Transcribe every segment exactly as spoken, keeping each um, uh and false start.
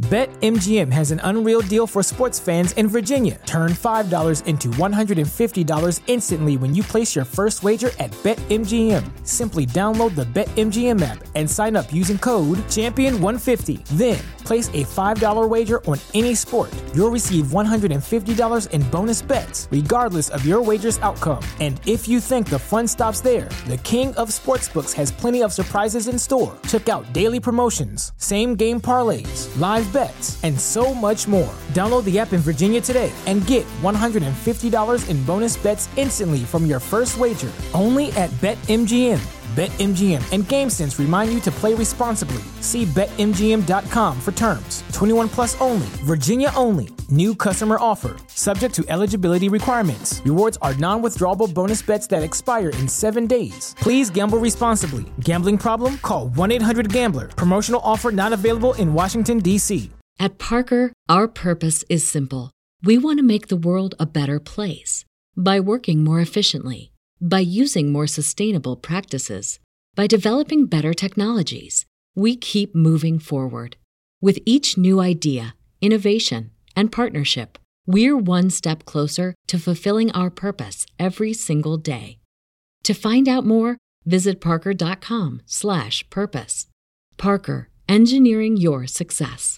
BetMGM has an unreal deal for sports fans in Virginia. Turn five dollars into one hundred fifty dollars instantly when you place your first wager at BetMGM. Simply download the BetMGM app and sign up using code champion one fifty. Then, place a five dollars wager on any sport. You'll receive one hundred fifty dollars in bonus bets, regardless of your wager's outcome. And if you think the fun stops there, the King of Sportsbooks has plenty of surprises in store. Check out daily promotions, same-game parlays, live bets, and so much more. Download the app in Virginia today and get one hundred fifty dollars in bonus bets instantly from your first wager. Only at BetMGM. BetMGM and GameSense remind you to play responsibly. See Bet M G M dot com for terms. twenty-one plus only. Virginia only. New customer offer. Subject to eligibility requirements. Rewards are non-withdrawable bonus bets that expire in seven days. Please gamble responsibly. Gambling problem? Call one eight hundred gambler. Promotional offer not available in Washington, D C At Parker, our purpose is simple. We want to make the world a better place by working more efficiently, by using more sustainable practices, by developing better technologies. We keep moving forward. With each new idea, innovation, and partnership, we're one step closer to fulfilling our purpose every single day. To find out more, visit parker.com slash purpose. Parker, engineering your success.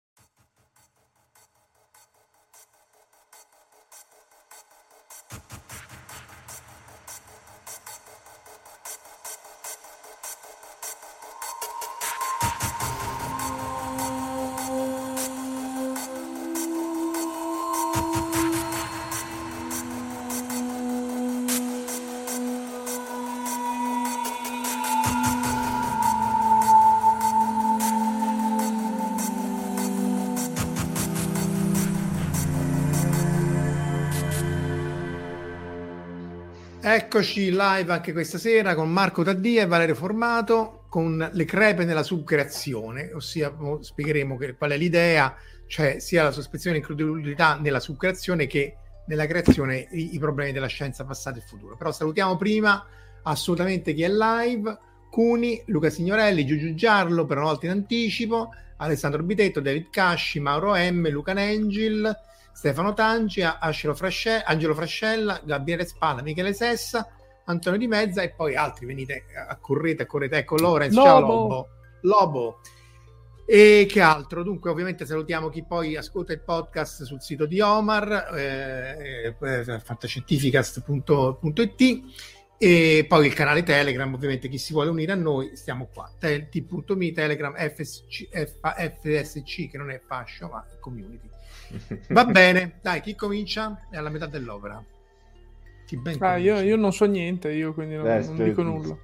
Eccoci live anche questa sera con Marco Taddia e Valerio Formato con le crepe nella subcreazione, ossia spiegheremo che, qual è l'idea, cioè sia la sospensione di incredulità nella subcreazione che nella creazione i, i problemi della scienza passato e futuro. Però salutiamo prima assolutamente chi è live: Cuni, Luca Signorelli, Giugiu Giarlo per una volta in anticipo, Alessandro Bitetto, David Casci, Mauro M, Luca Nengil, Stefano Tangi, Angelo Frascella, Angelo Frascella, Gabriele Spalla, Michele Sessa, Antonio Di Mezza e poi altri. Venite, accorrete, accorrete. Ecco Lorenzo, ciao Lobo. Lobo. E che altro? Dunque ovviamente salutiamo chi poi ascolta il podcast sul sito di Omar, eh, eh, fantascientificast punto it, e poi il canale Telegram. Ovviamente chi si vuole unire a noi, stiamo qua, t punto m i Telegram F S C, F S C, che non è fascio ma è community. Va bene, dai, chi comincia? È alla metà dell'opera. Chi ben ah, io, io non so niente, io quindi non, eh, non dico nulla.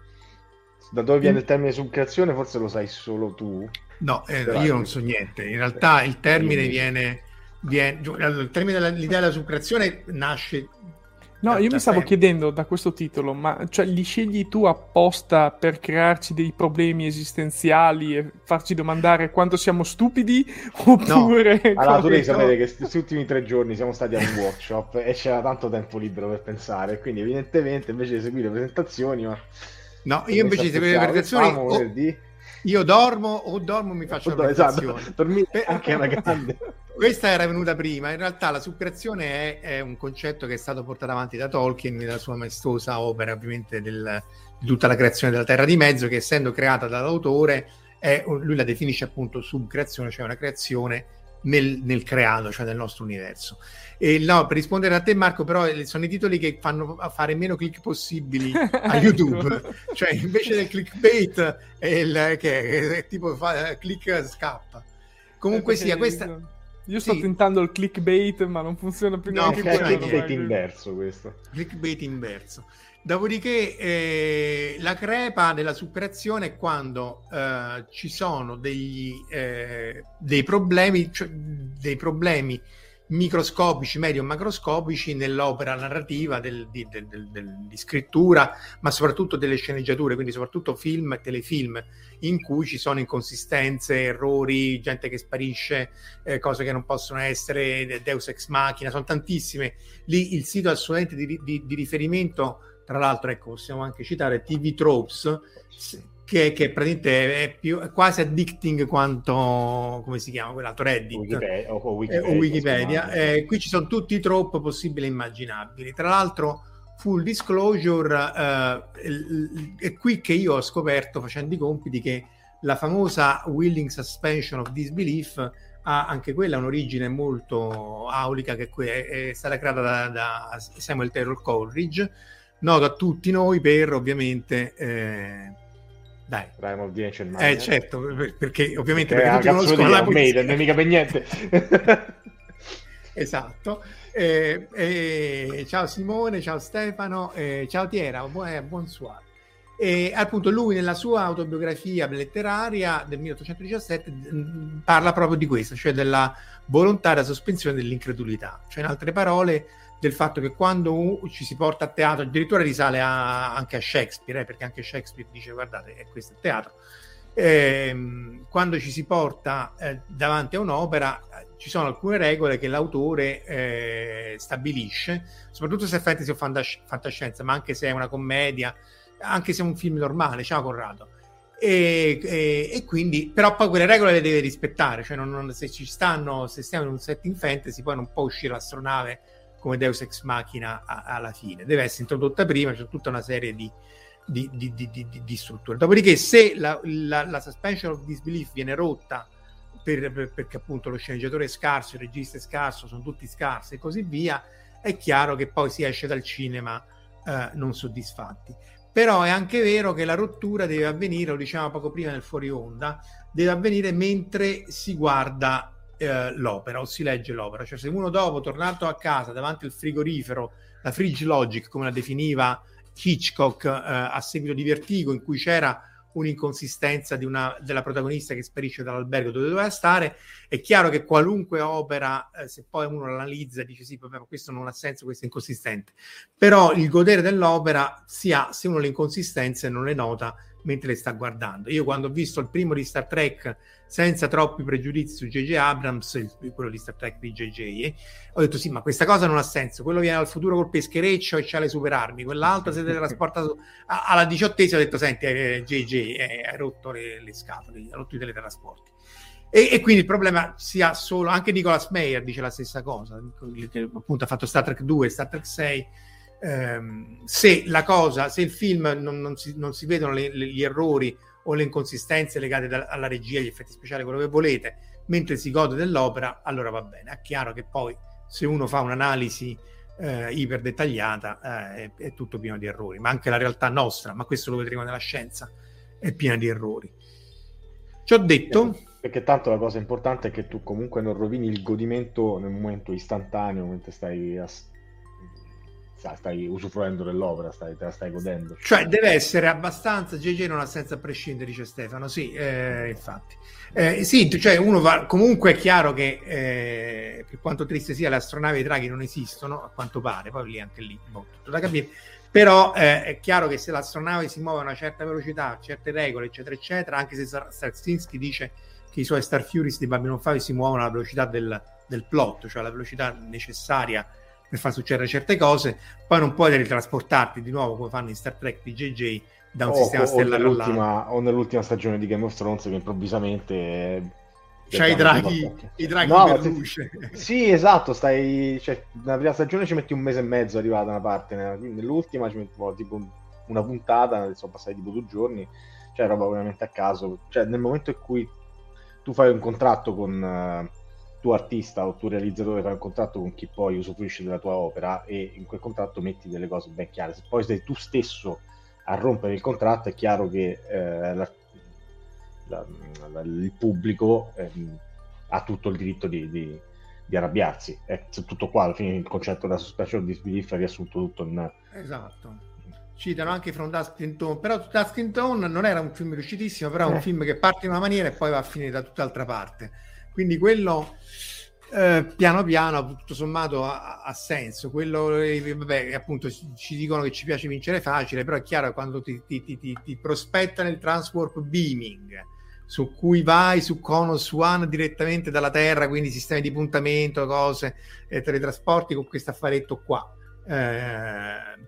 Da dove viene il termine subcreazione forse lo sai solo tu. No, eh, io non so niente. In realtà il termine sì. viene, viene il termine dell'idea della subcreazione nasce. No, io mi stavo chiedendo da questo titolo, ma cioè li scegli tu apposta per crearci dei problemi esistenziali e farci domandare quanto siamo stupidi? Oppure... No. Allora tu devi sapere che questi ultimi tre giorni siamo stati a un workshop e c'era tanto tempo libero per pensare, quindi evidentemente invece di seguire presentazioni... Ma... No, io invece di seguire presentazioni... Oh, io dormo o dormo mi faccio la presentazione. Esatto, dormire anche una grande... Questa era venuta prima. In realtà la subcreazione è, è un concetto che è stato portato avanti da Tolkien nella sua maestosa opera, ovviamente, del, di tutta la creazione della Terra di Mezzo, che essendo creata dall'autore, è, lui la definisce appunto subcreazione, cioè una creazione nel, nel creato, cioè nel nostro universo. E no, per rispondere a te Marco, però sono i titoli che fanno fare meno click possibili a YouTube. Cioè invece del clickbait è, il, che è, è tipo fa, click scappa. Comunque eh, sia questa... Io sto sì. tentando il clickbait, ma non funziona più no, neanche quello. quello. Clickbait inverso questo. Clickbait inverso. Dopodiché eh, la crepa della subcreazione è quando eh, ci sono degli, eh, dei problemi, cioè dei problemi microscopici, medio macroscopici nell'opera narrativa del, di, del, del, del, di scrittura, ma soprattutto delle sceneggiature, quindi soprattutto film e telefilm in cui ci sono inconsistenze, errori, gente che sparisce, eh, cose che non possono essere, Deus ex machina, sono tantissime. Lì il sito assolutamente di, di, di riferimento, tra l'altro, ecco, possiamo anche citare T V Tropes, che, che praticamente è, più, è quasi addicting quanto, come si chiama quell'altro, Reddit Wikipedia, o, o Wikipedia, Wikipedia, eh, Wikipedia. Eh, qui ci sono tutti i trope possibili e immaginabili. Tra l'altro, full disclosure, eh, è qui che io ho scoperto facendo i compiti che la famosa willing suspension of disbelief ha anche quella un'origine molto aulica, che è, è stata creata da, da Samuel Taylor Coleridge, noto a tutti noi per ovviamente eh, dai Rime of the Ancient Mania. Eh certo, perché ovviamente perché, perché tutti conoscono la poesia, non è mica per niente. Esatto. Eh, eh, ciao Simone, ciao Stefano, eh, ciao Tiera, buon, eh, buon suono. E appunto lui nella sua autobiografia letteraria del milleottocentodiciassette mh, parla proprio di questo, cioè della volontaria sospensione dell'incredulità, cioè in altre parole del fatto che quando uh, ci si porta a teatro, addirittura risale a, anche a Shakespeare, eh, perché anche Shakespeare dice guardate è questo il teatro, eh, quando ci si porta eh, davanti a un'opera eh, ci sono alcune regole che l'autore eh, stabilisce, soprattutto se è fantasy o fantas- fantascienza, ma anche se è una commedia, anche se è un film normale, ciao Corrado, e, e, e quindi però poi quelle regole le deve rispettare, cioè non, non, se ci stanno, se stiamo in un setting fantasy poi non può uscire l'astronave come Deus Ex Machina a, alla fine, deve essere introdotta prima, c'è tutta una serie di, di, di, di, di, di strutture. Dopodiché se la, la, la suspension of disbelief viene rotta per, per, perché appunto lo sceneggiatore è scarso, il regista è scarso, sono tutti scarsi e così via, è chiaro che poi si esce dal cinema eh, non soddisfatti. Però è anche vero che la rottura deve avvenire, lo dicevamo poco prima nel fuori onda, deve avvenire mentre si guarda eh, l'opera o si legge l'opera. Cioè se uno dopo, tornato a casa davanti al frigorifero, la fridge logic come la definiva Hitchcock eh, a seguito di Vertigo, in cui c'era un'inconsistenza di una, della protagonista che sparisce dall'albergo dove doveva stare, è chiaro che qualunque opera, eh, se poi uno l'analizza e dice sì, vabbè, questo non ha senso, questo è inconsistente, però il godere dell'opera si ha se uno le inconsistenze non le nota mentre le sta guardando. Io quando ho visto il primo di Star Trek senza troppi pregiudizi su J J Abrams, il, quello di Star Trek di J J, eh, ho detto sì, ma questa cosa non ha senso, quello viene dal futuro col peschereccio e c'ha le superarmi, quell'altro si teletrasporta su, a, alla diciottesima ho detto senti eh, J J eh, hai rotto le, le scatole, hai rotto i teletrasporti. E, e quindi il problema sia solo, anche Nicolas Meyer dice la stessa cosa, che appunto ha fatto Star Trek due, Star Trek sei, ehm, se la cosa, se il film non, non, si, non si vedono le, le, gli errori o le inconsistenze legate da, alla regia, gli effetti speciali, quello che volete, mentre si gode dell'opera, allora va bene. È chiaro che poi se uno fa un'analisi eh, iper dettagliata eh, è, è tutto pieno di errori, ma anche la realtà nostra, ma questo lo vedremo nella scienza, è piena di errori. Ci ho detto... Perché tanto la cosa importante è che tu comunque non rovini il godimento nel momento istantaneo, mentre stai, a, stai usufruendo dell'opera, stai, te la stai godendo. Cioè deve essere abbastanza, J J non ha senso a prescindere, dice Stefano, sì, eh, infatti. Eh, sì, cioè uno va, comunque è chiaro che eh, per quanto triste sia, le astronavi e i draghi non esistono, a quanto pare, poi lì anche lì, boh, tutto da capire. Però eh, è chiaro che se l'astronave si muove a una certa velocità, certe regole, eccetera, eccetera, anche se Straczynski dice che i suoi Star Furies di Babylon cinque si muovono alla velocità del, del plot, cioè alla velocità necessaria per far succedere certe cose, poi non puoi teletrasportarti di nuovo come fanno in Star Trek di J J da un o, sistema o stellare all'altro. O nell'ultima stagione di Game of Thrones che improvvisamente... C'hai i draghi, i draghi no, per se, luce. Sì, esatto, stai, cioè, nella prima stagione ci metti un mese e mezzo arrivare da una parte, nell'ultima ci metti oh, tipo una puntata, sono passati tipo due giorni, cioè roba veramente a caso, cioè nel momento in cui tu fai un contratto con uh, tu artista o tu realizzatore, fai un contratto con chi poi usufruisce della tua opera e in quel contratto metti delle cose ben chiare. Se poi sei tu stesso a rompere il contratto, è chiaro che eh, la, la, la, il pubblico eh, ha tutto il diritto di, di, di arrabbiarsi. È tutto qua, alla fine il concetto della suspension of disbelief ha riassunto tutto in... Esatto. Citano anche From Dusk Till Dawn, però Dusk Till Dawn non era un film riuscitissimo, però è un eh. film che parte in una maniera e poi va a finire da tutt'altra parte, quindi quello eh, piano piano tutto sommato ha, ha senso. Quello eh, vabbè, appunto ci dicono che ci piace vincere facile, però è chiaro che quando ti, ti, ti, ti, ti prospettano il transwarp beaming su cui vai su Konos One direttamente dalla Terra, quindi sistemi di puntamento, cose, eh, teletrasporti con questo affaretto qua, eh,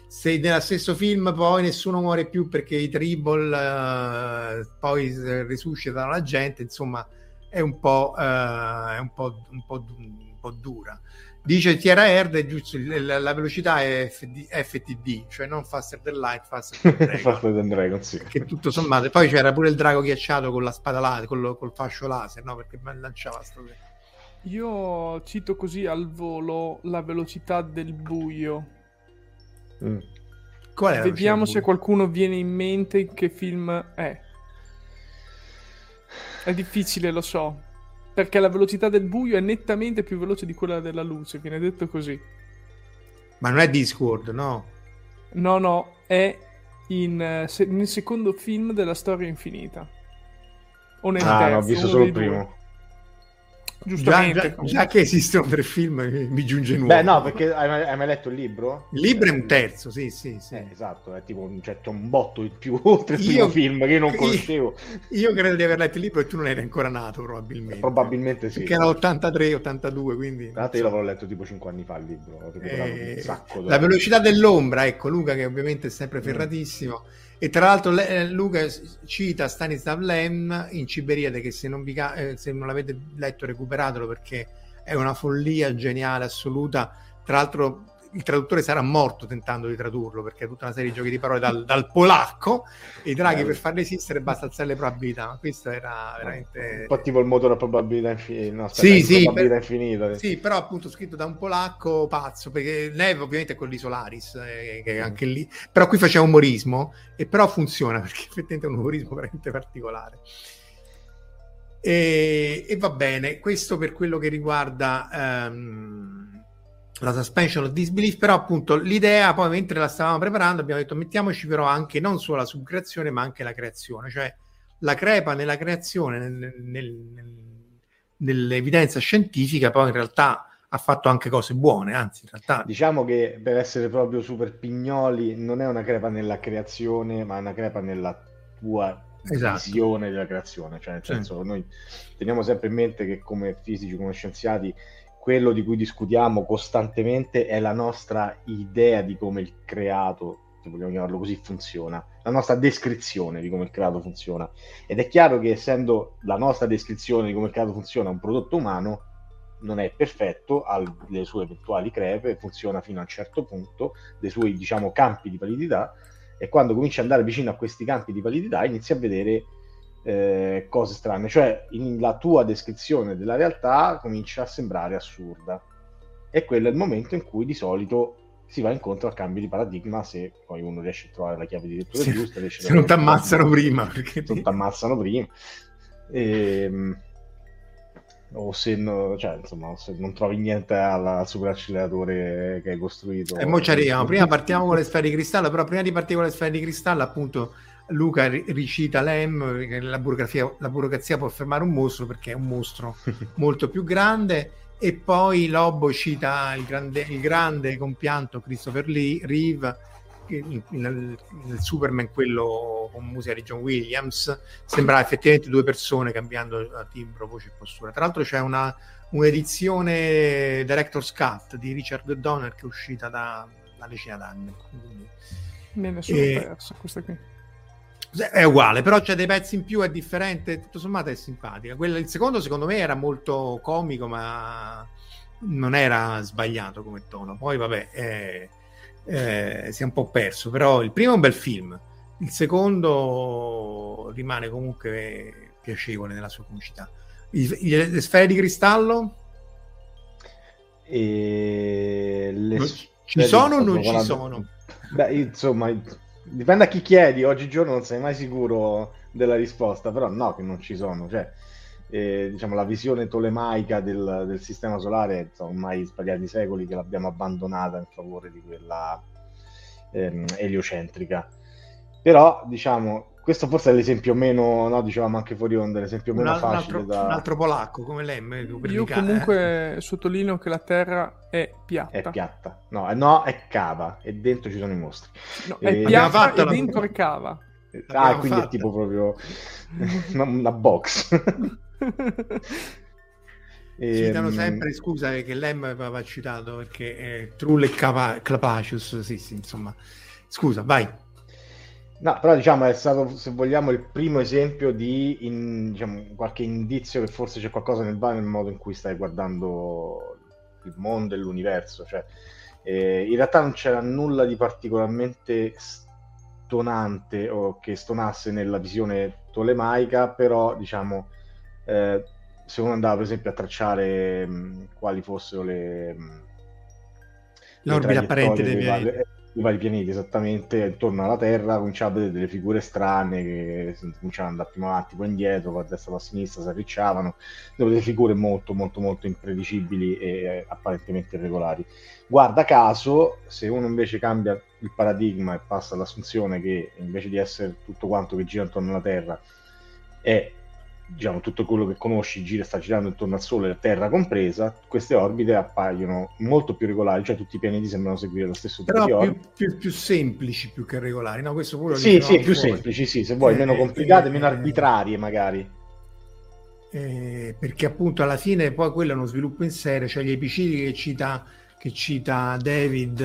se nello stesso film poi nessuno muore più perché i Tribble uh, poi risuscitano la gente, insomma è un po', uh, è un po', un po', un po' dura. Dice Tierra Erd, è giusto, la, la velocità è F D, F T D, cioè non faster than light, faster than dragon. Faster than dragon, sì. Che tutto sommato, poi c'era pure il drago ghiacciato con la spada laser, col, col fascio laser, no? Perché lanciava sto... Io cito così al volo La velocità del buio. Mm. Qual è? Vediamo se qualcuno viene in mente che film è. È difficile, lo so, perché la velocità del buio è nettamente più veloce di quella della luce, viene detto così. Ma non è Discord, no? No, no, è in, se, nel secondo film della storia infinita. O nel ah, terzo, no, ho visto solo il primo. Due. Giustamente. Già, già, già che esistono tre film mi giunge nuovo. Beh no, perché hai mai, hai mai letto il libro? Il libro è un terzo, sì, sì, sì. Eh, esatto, è tipo cioè, c'è un botto in più oltre il io, primo film che io non conoscevo. Io, io credo di aver letto il libro e tu non eri ancora nato probabilmente. Probabilmente sì. Perché era ottantatré ottantadue, quindi... Tra l'altro io l'avevo letto tipo cinque anni fa il libro. Ho eh, un sacco la velocità dell'ombra, ecco, Luca che ovviamente è sempre ferratissimo. Mm. E tra l'altro le, Luca cita Stanislav Lem in Ciberiade, che se non, vi, eh, se non l'avete letto recuperatelo perché è una follia geniale assoluta. Tra l'altro il traduttore sarà morto tentando di tradurlo perché è tutta una serie di giochi di parole dal, dal polacco e i draghi eh. per farle esistere basta alzare le probabilità, ma questo era veramente un po' tipo il motore a probabilità infinita, no, sì, sì, probabilità per... infinita sì, però appunto scritto da un polacco pazzo, perché Lev ovviamente è quello di Solaris eh, che anche lì, però qui faceva umorismo e però funziona perché effettivamente è un umorismo veramente particolare. E, e va bene, questo per quello che riguarda um, la suspension of disbelief, però appunto l'idea poi mentre la stavamo preparando abbiamo detto mettiamoci però anche non solo la subcreazione ma anche la creazione, cioè la crepa nella creazione nel, nel, nel, nell'evidenza scientifica poi in realtà ha fatto anche cose buone, anzi in realtà diciamo che per essere proprio super pignoli non è una crepa nella creazione ma è una crepa nella tua esatto. visione della creazione, cioè nel senso sì. Noi teniamo sempre in mente che come fisici, come scienziati quello di cui discutiamo costantemente è la nostra idea di come il creato, se vogliamo chiamarlo così, funziona, la nostra descrizione di come il creato funziona. Ed è chiaro che essendo la nostra descrizione di come il creato funziona un prodotto umano, non è perfetto, ha le sue eventuali crepe, funziona fino a un certo punto, dei suoi, diciamo, campi di validità, e quando cominci ad andare vicino a questi campi di validità inizi a vedere Eh, cose strane, cioè in, la tua descrizione della realtà comincia a sembrare assurda e quello è il momento in cui di solito si va incontro a cambi di paradigma se poi uno riesce a trovare la chiave di lettura se, giusta, riesce se non ti ammazzano prima perché non ti ammazzano prima e, o se, no, cioè, insomma, se non trovi niente al, al superacceleratore che hai costruito e mo ci arriviamo, prima partiamo con le sfere di cristallo, però prima di partire con le sfere di cristallo appunto Luca ricita Lem che la burocrazia, la burocrazia può fermare un mostro perché è un mostro molto più grande, e poi Lobo cita il grande, il grande compianto Christopher Lee Reeve nel, nel Superman, quello con musica di John Williams, sembrava effettivamente due persone cambiando timbro, voce e postura. Tra l'altro c'è una un'edizione Director's Cut di Richard Donner che è uscita da una decina d'anni. Quindi, me ne sono e... perso questa qui. È uguale, però c'è dei pezzi in più, è differente, tutto sommato è simpatica. Quello, il secondo secondo me era molto comico, ma non era sbagliato come tono. Poi vabbè, eh, eh, si è un po' perso, però il primo è un bel film, il secondo rimane comunque piacevole nella sua comicità. I, le, le sfere di cristallo? E le ci sono o non ci sono? Beh, insomma... dipende a chi chiedi, oggigiorno non sei mai sicuro della risposta, però no, che non ci sono, cioè eh, diciamo la visione tolemaica del, del sistema solare sono ormai sbagliati secoli che l'abbiamo abbandonata in favore di quella ehm, eliocentrica, però diciamo questo forse è l'esempio meno, no, dicevamo anche fuori onda, l'esempio meno un, facile un altro, da... un altro polacco come lei. Io comunque eh. sottolineo che la Terra è piatta. È piatta. No, no, è cava e dentro ci sono i mostri. No, è e... piatta e la... dentro è cava. Ah, quindi fatta. È tipo proprio una, una box. Citano sempre, scusa che Lem aveva citato perché eh, Trull e Capa- Clapacius, sì, sì, insomma. Scusa, vai. No, però diciamo è stato, se vogliamo, il primo esempio di in, diciamo, qualche indizio che forse c'è qualcosa nel, nel modo in cui stai guardando il mondo e l'universo. Cioè, eh, in realtà non c'era nulla di particolarmente stonante o che stonasse nella visione tolemaica, però diciamo eh, se uno andava per esempio a tracciare mh, quali fossero le, mh, l'orbita apparente dei pianeti, pianeti. i vari pianeti esattamente intorno alla Terra, cominciava a vedere delle figure strane che cominciavano ad andare prima avanti poi indietro, poi a destra poi a sinistra, si arricciavano, delle figure molto molto molto impredicibili e apparentemente irregolari. Guarda caso, se uno invece cambia il paradigma e passa all'assunzione che invece di essere tutto quanto che gira intorno alla Terra è, diciamo, tutto quello che conosci gira, sta girando intorno al Sole, la Terra compresa, queste orbite appaiono molto più regolari, cioè tutti i pianeti sembrano seguire lo stesso tipo però di orbita. Più, più, più semplici più che regolari, no? Questo pure lo sì, sì, più fuori. semplici, sì, se vuoi, eh, meno complicate, eh, meno arbitrarie magari. Eh, perché appunto alla fine poi quello è uno sviluppo in serie, cioè gli epicidi che cita, che cita David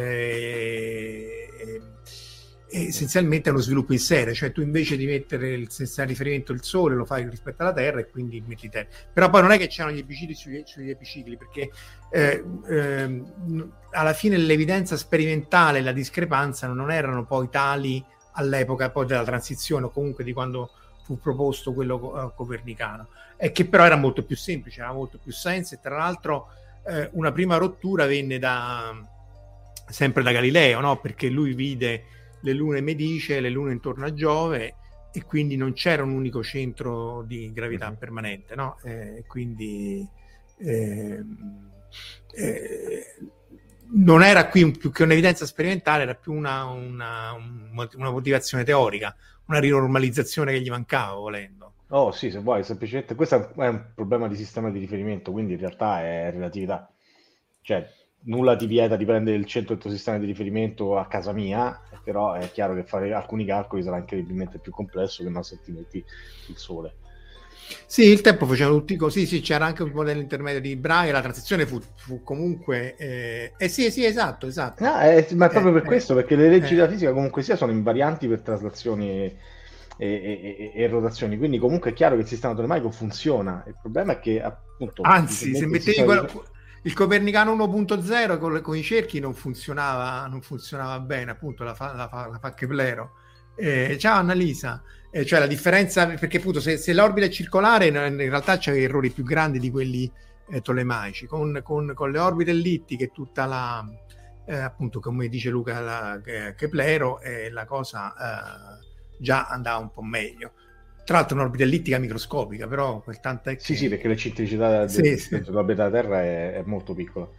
eh, eh, essenzialmente è uno sviluppo in serie, cioè tu invece di mettere il senza riferimento il Sole lo fai rispetto alla Terra e quindi metti te. Però poi non è che c'erano gli epicidi sugli, sugli epicicli, perché eh, eh, alla fine l'evidenza sperimentale e la discrepanza non erano poi tali all'epoca poi della transizione o comunque di quando fu proposto quello uh, copernicano, e che però era molto più semplice, era molto più senso, e tra l'altro eh, una prima rottura venne da sempre da Galileo, no? Perché lui vide le lune Medice, le lune intorno a Giove, e quindi non c'era un unico centro di gravità mm-hmm. permanente, no? E quindi eh, eh, non era qui un, più che un'evidenza sperimentale, era più una, una, una motivazione teorica, una rinormalizzazione che gli mancava, volendo. Oh sì, se vuoi, semplicemente questo è un problema di sistema di riferimento, quindi in realtà è relatività. Cioè, nulla ti vieta di prendere il centro del tuo sistema di riferimento a casa mia, però è chiaro che fare alcuni calcoli sarà incredibilmente più complesso che no se ti metti il Sole. Sì, il tempo facevano tutti così, sì, c'era anche un modello intermedio di Brahe, la transizione fu, fu comunque... Eh, eh sì, sì, esatto, esatto. No, è, ma è proprio eh, per questo, perché le leggi eh, della fisica comunque sia sono invarianti per traslazioni e, e, e, e rotazioni, quindi comunque è chiaro che il sistema tolemaico funziona. Il problema è che appunto... Anzi, se mettevi quello, di... il Copernicano uno punto zero con, con i cerchi non funzionava, non funzionava bene, appunto la fa, la fa, la fa Keplero. Eh, ciao Annalisa. Eh, cioè la differenza, perché appunto se, se l'orbita è circolare in realtà c'è errori più grandi di quelli eh, tolemaici, con, con, con le orbite ellittiche tutta la eh, appunto come dice Luca la, eh, Keplero eh, la cosa eh, già andava un po' meglio. Tra l'altro un'orbita ellittica microscopica, però quel tanto è che... sì sì perché l'eccentricità sì, del, sì. dell'orbita della Terra è, è molto piccola.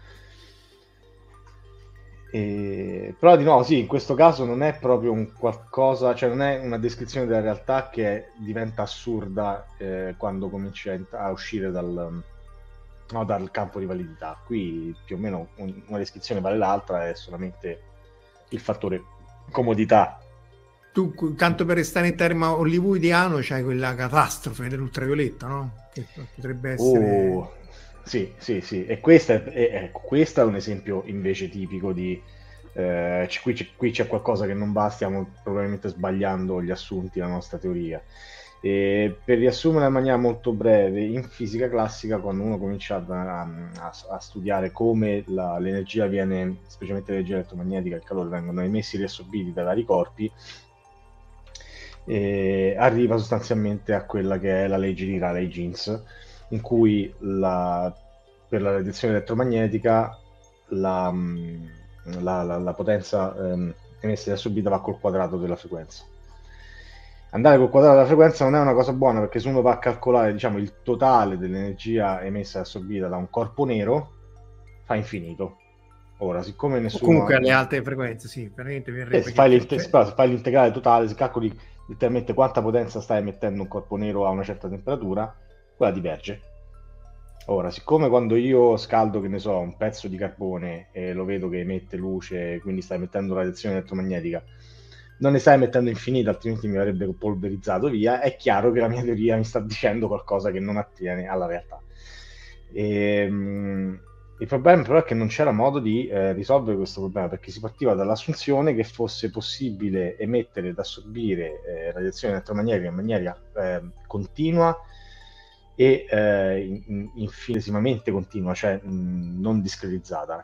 E... però di nuovo sì, in questo caso non è proprio un qualcosa, cioè non è una descrizione della realtà che diventa assurda eh, quando cominci a, a uscire dal, no, dal campo di validità. Qui più o meno un, una descrizione vale l'altra, è solamente il fattore comodità. Tu, tanto per restare in tema hollywoodiano, c'hai quella catastrofe dell'ultravioletta, no? Che potrebbe essere... Oh. Sì, sì, sì, e questo è, è, questo è un esempio invece tipico di... Eh, qui, c'è, qui c'è qualcosa che non va, stiamo probabilmente sbagliando gli assunti della nostra teoria. E per riassumere in maniera molto breve, in fisica classica, quando uno comincia a, a, a studiare come la, l'energia viene, specialmente l'energia elettromagnetica e il calore, vengono emessi e riassorbiti dai vari corpi, e arriva sostanzialmente a quella che è la legge di Rayleigh-Jeans, in cui la, per la radiazione elettromagnetica la, la, la, la potenza ehm, emessa e assorbita va col quadrato della frequenza. Andare col quadrato della frequenza non è una cosa buona, perché se uno va a calcolare, diciamo, il totale dell'energia emessa e assorbita da un corpo nero, fa infinito. Ora, siccome nessuno... O comunque alle alte frequenze, sì, veramente eh, se, fai se fai l'integrale totale, se calcoli letteralmente quanta potenza stai emettendo un corpo nero a una certa temperatura, quella diverge. Ora, siccome quando io scaldo, che ne so, un pezzo di carbone e lo vedo che emette luce, quindi sta emettendo radiazione elettromagnetica, non ne stai emettendo infinita, altrimenti mi avrebbe polverizzato via, è chiaro che la mia teoria mi sta dicendo qualcosa che non attiene alla realtà. E, um, il problema però è che non c'era modo di eh, risolvere questo problema, perché si partiva dall'assunzione che fosse possibile emettere ed assorbire eh, radiazione elettromagnetica in maniera eh, continua e eh, in, infinitesimamente continua, cioè mh, non discretizzata.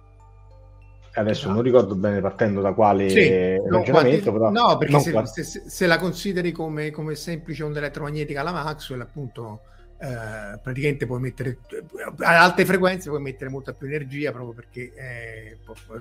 Adesso esatto. non ricordo bene partendo da quale sì, ragionamento, no, però no, perché se, quanti... se, se la consideri come, come semplice onda elettromagnetica alla Maxwell, appunto eh, praticamente puoi mettere a alte frequenze, puoi mettere molta più energia, proprio perché eh,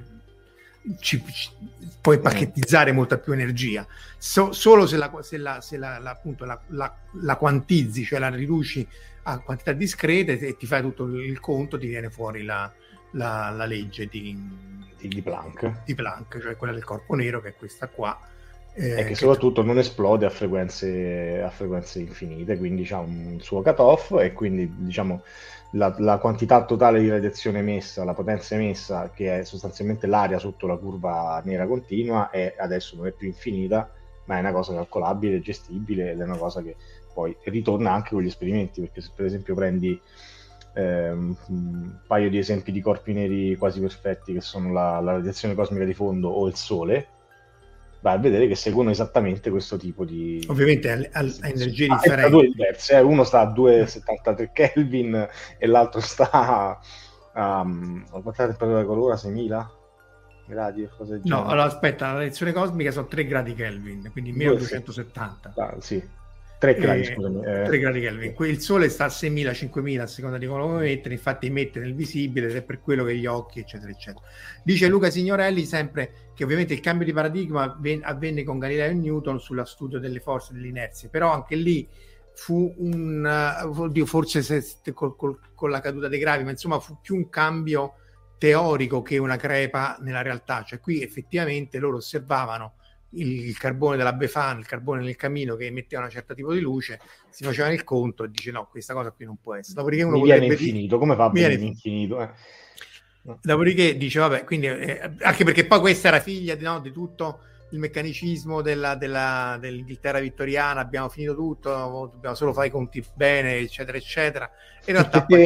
ci, ci, puoi pacchettizzare mm. molta più energia. So, solo se la, se la, se la, la, appunto la, la, la quantizzi, cioè la riduci a quantità discrete e ti fai tutto il conto, ti viene fuori la, la, la legge di, di Planck. di Planck, cioè quella del corpo nero, che è questa qua. Eh, e che, che soprattutto non esplode a frequenze, a frequenze infinite, quindi c'ha un suo cutoff e quindi diciamo la, la quantità totale di radiazione emessa, la potenza emessa, che è sostanzialmente l'aria sotto la curva nera continua, e adesso non è più infinita, ma è una cosa calcolabile, gestibile, ed è una cosa che poi ritorna anche con gli esperimenti, perché se per esempio prendi eh, un paio di esempi di corpi neri quasi perfetti, che sono la, la radiazione cosmica di fondo o il Sole, vai a vedere che seguono esattamente questo tipo di... Ovviamente a, a, a energie ah, differenti. Due diverse, eh. Uno sta a due virgola settantatré Kelvin e l'altro sta a... Um, quanta temperatura colora? seimila gradi o cose del genere? No, allora aspetta, la radiazione cosmica sono tre gradi Kelvin, quindi meno duecentosettanta. Ah, sì. tre gradi, eh, scusami. Eh. tre gradi Kelvin. Il Sole sta a seimila, cinquemila a seconda di come lo mettere, infatti emette nel visibile ed è per quello che gli occhi, eccetera, eccetera. Dice Luca Signorelli sempre che ovviamente il cambio di paradigma avvenne con Galileo e Newton sullo studio delle forze dell'inerzia, però anche lì fu un, uh, oddio, forse se, col, col, con la caduta dei gravi, ma insomma fu più un cambio teorico che una crepa nella realtà, cioè qui effettivamente loro osservavano il carbone della Befana, il carbone nel camino che emetteva un certo tipo di luce, si facevano il conto e dice no, questa cosa qui non può essere. Dopodiché uno mi viene infinito, dire, come fa a venire infinito? Eh. No. Dopodiché dice vabbè, quindi eh, anche perché poi questa era figlia di, no, di tutto il meccanicismo della, della, dell'Inghilterra vittoriana, abbiamo finito tutto, dobbiamo solo fare i conti bene, eccetera, eccetera. In realtà poi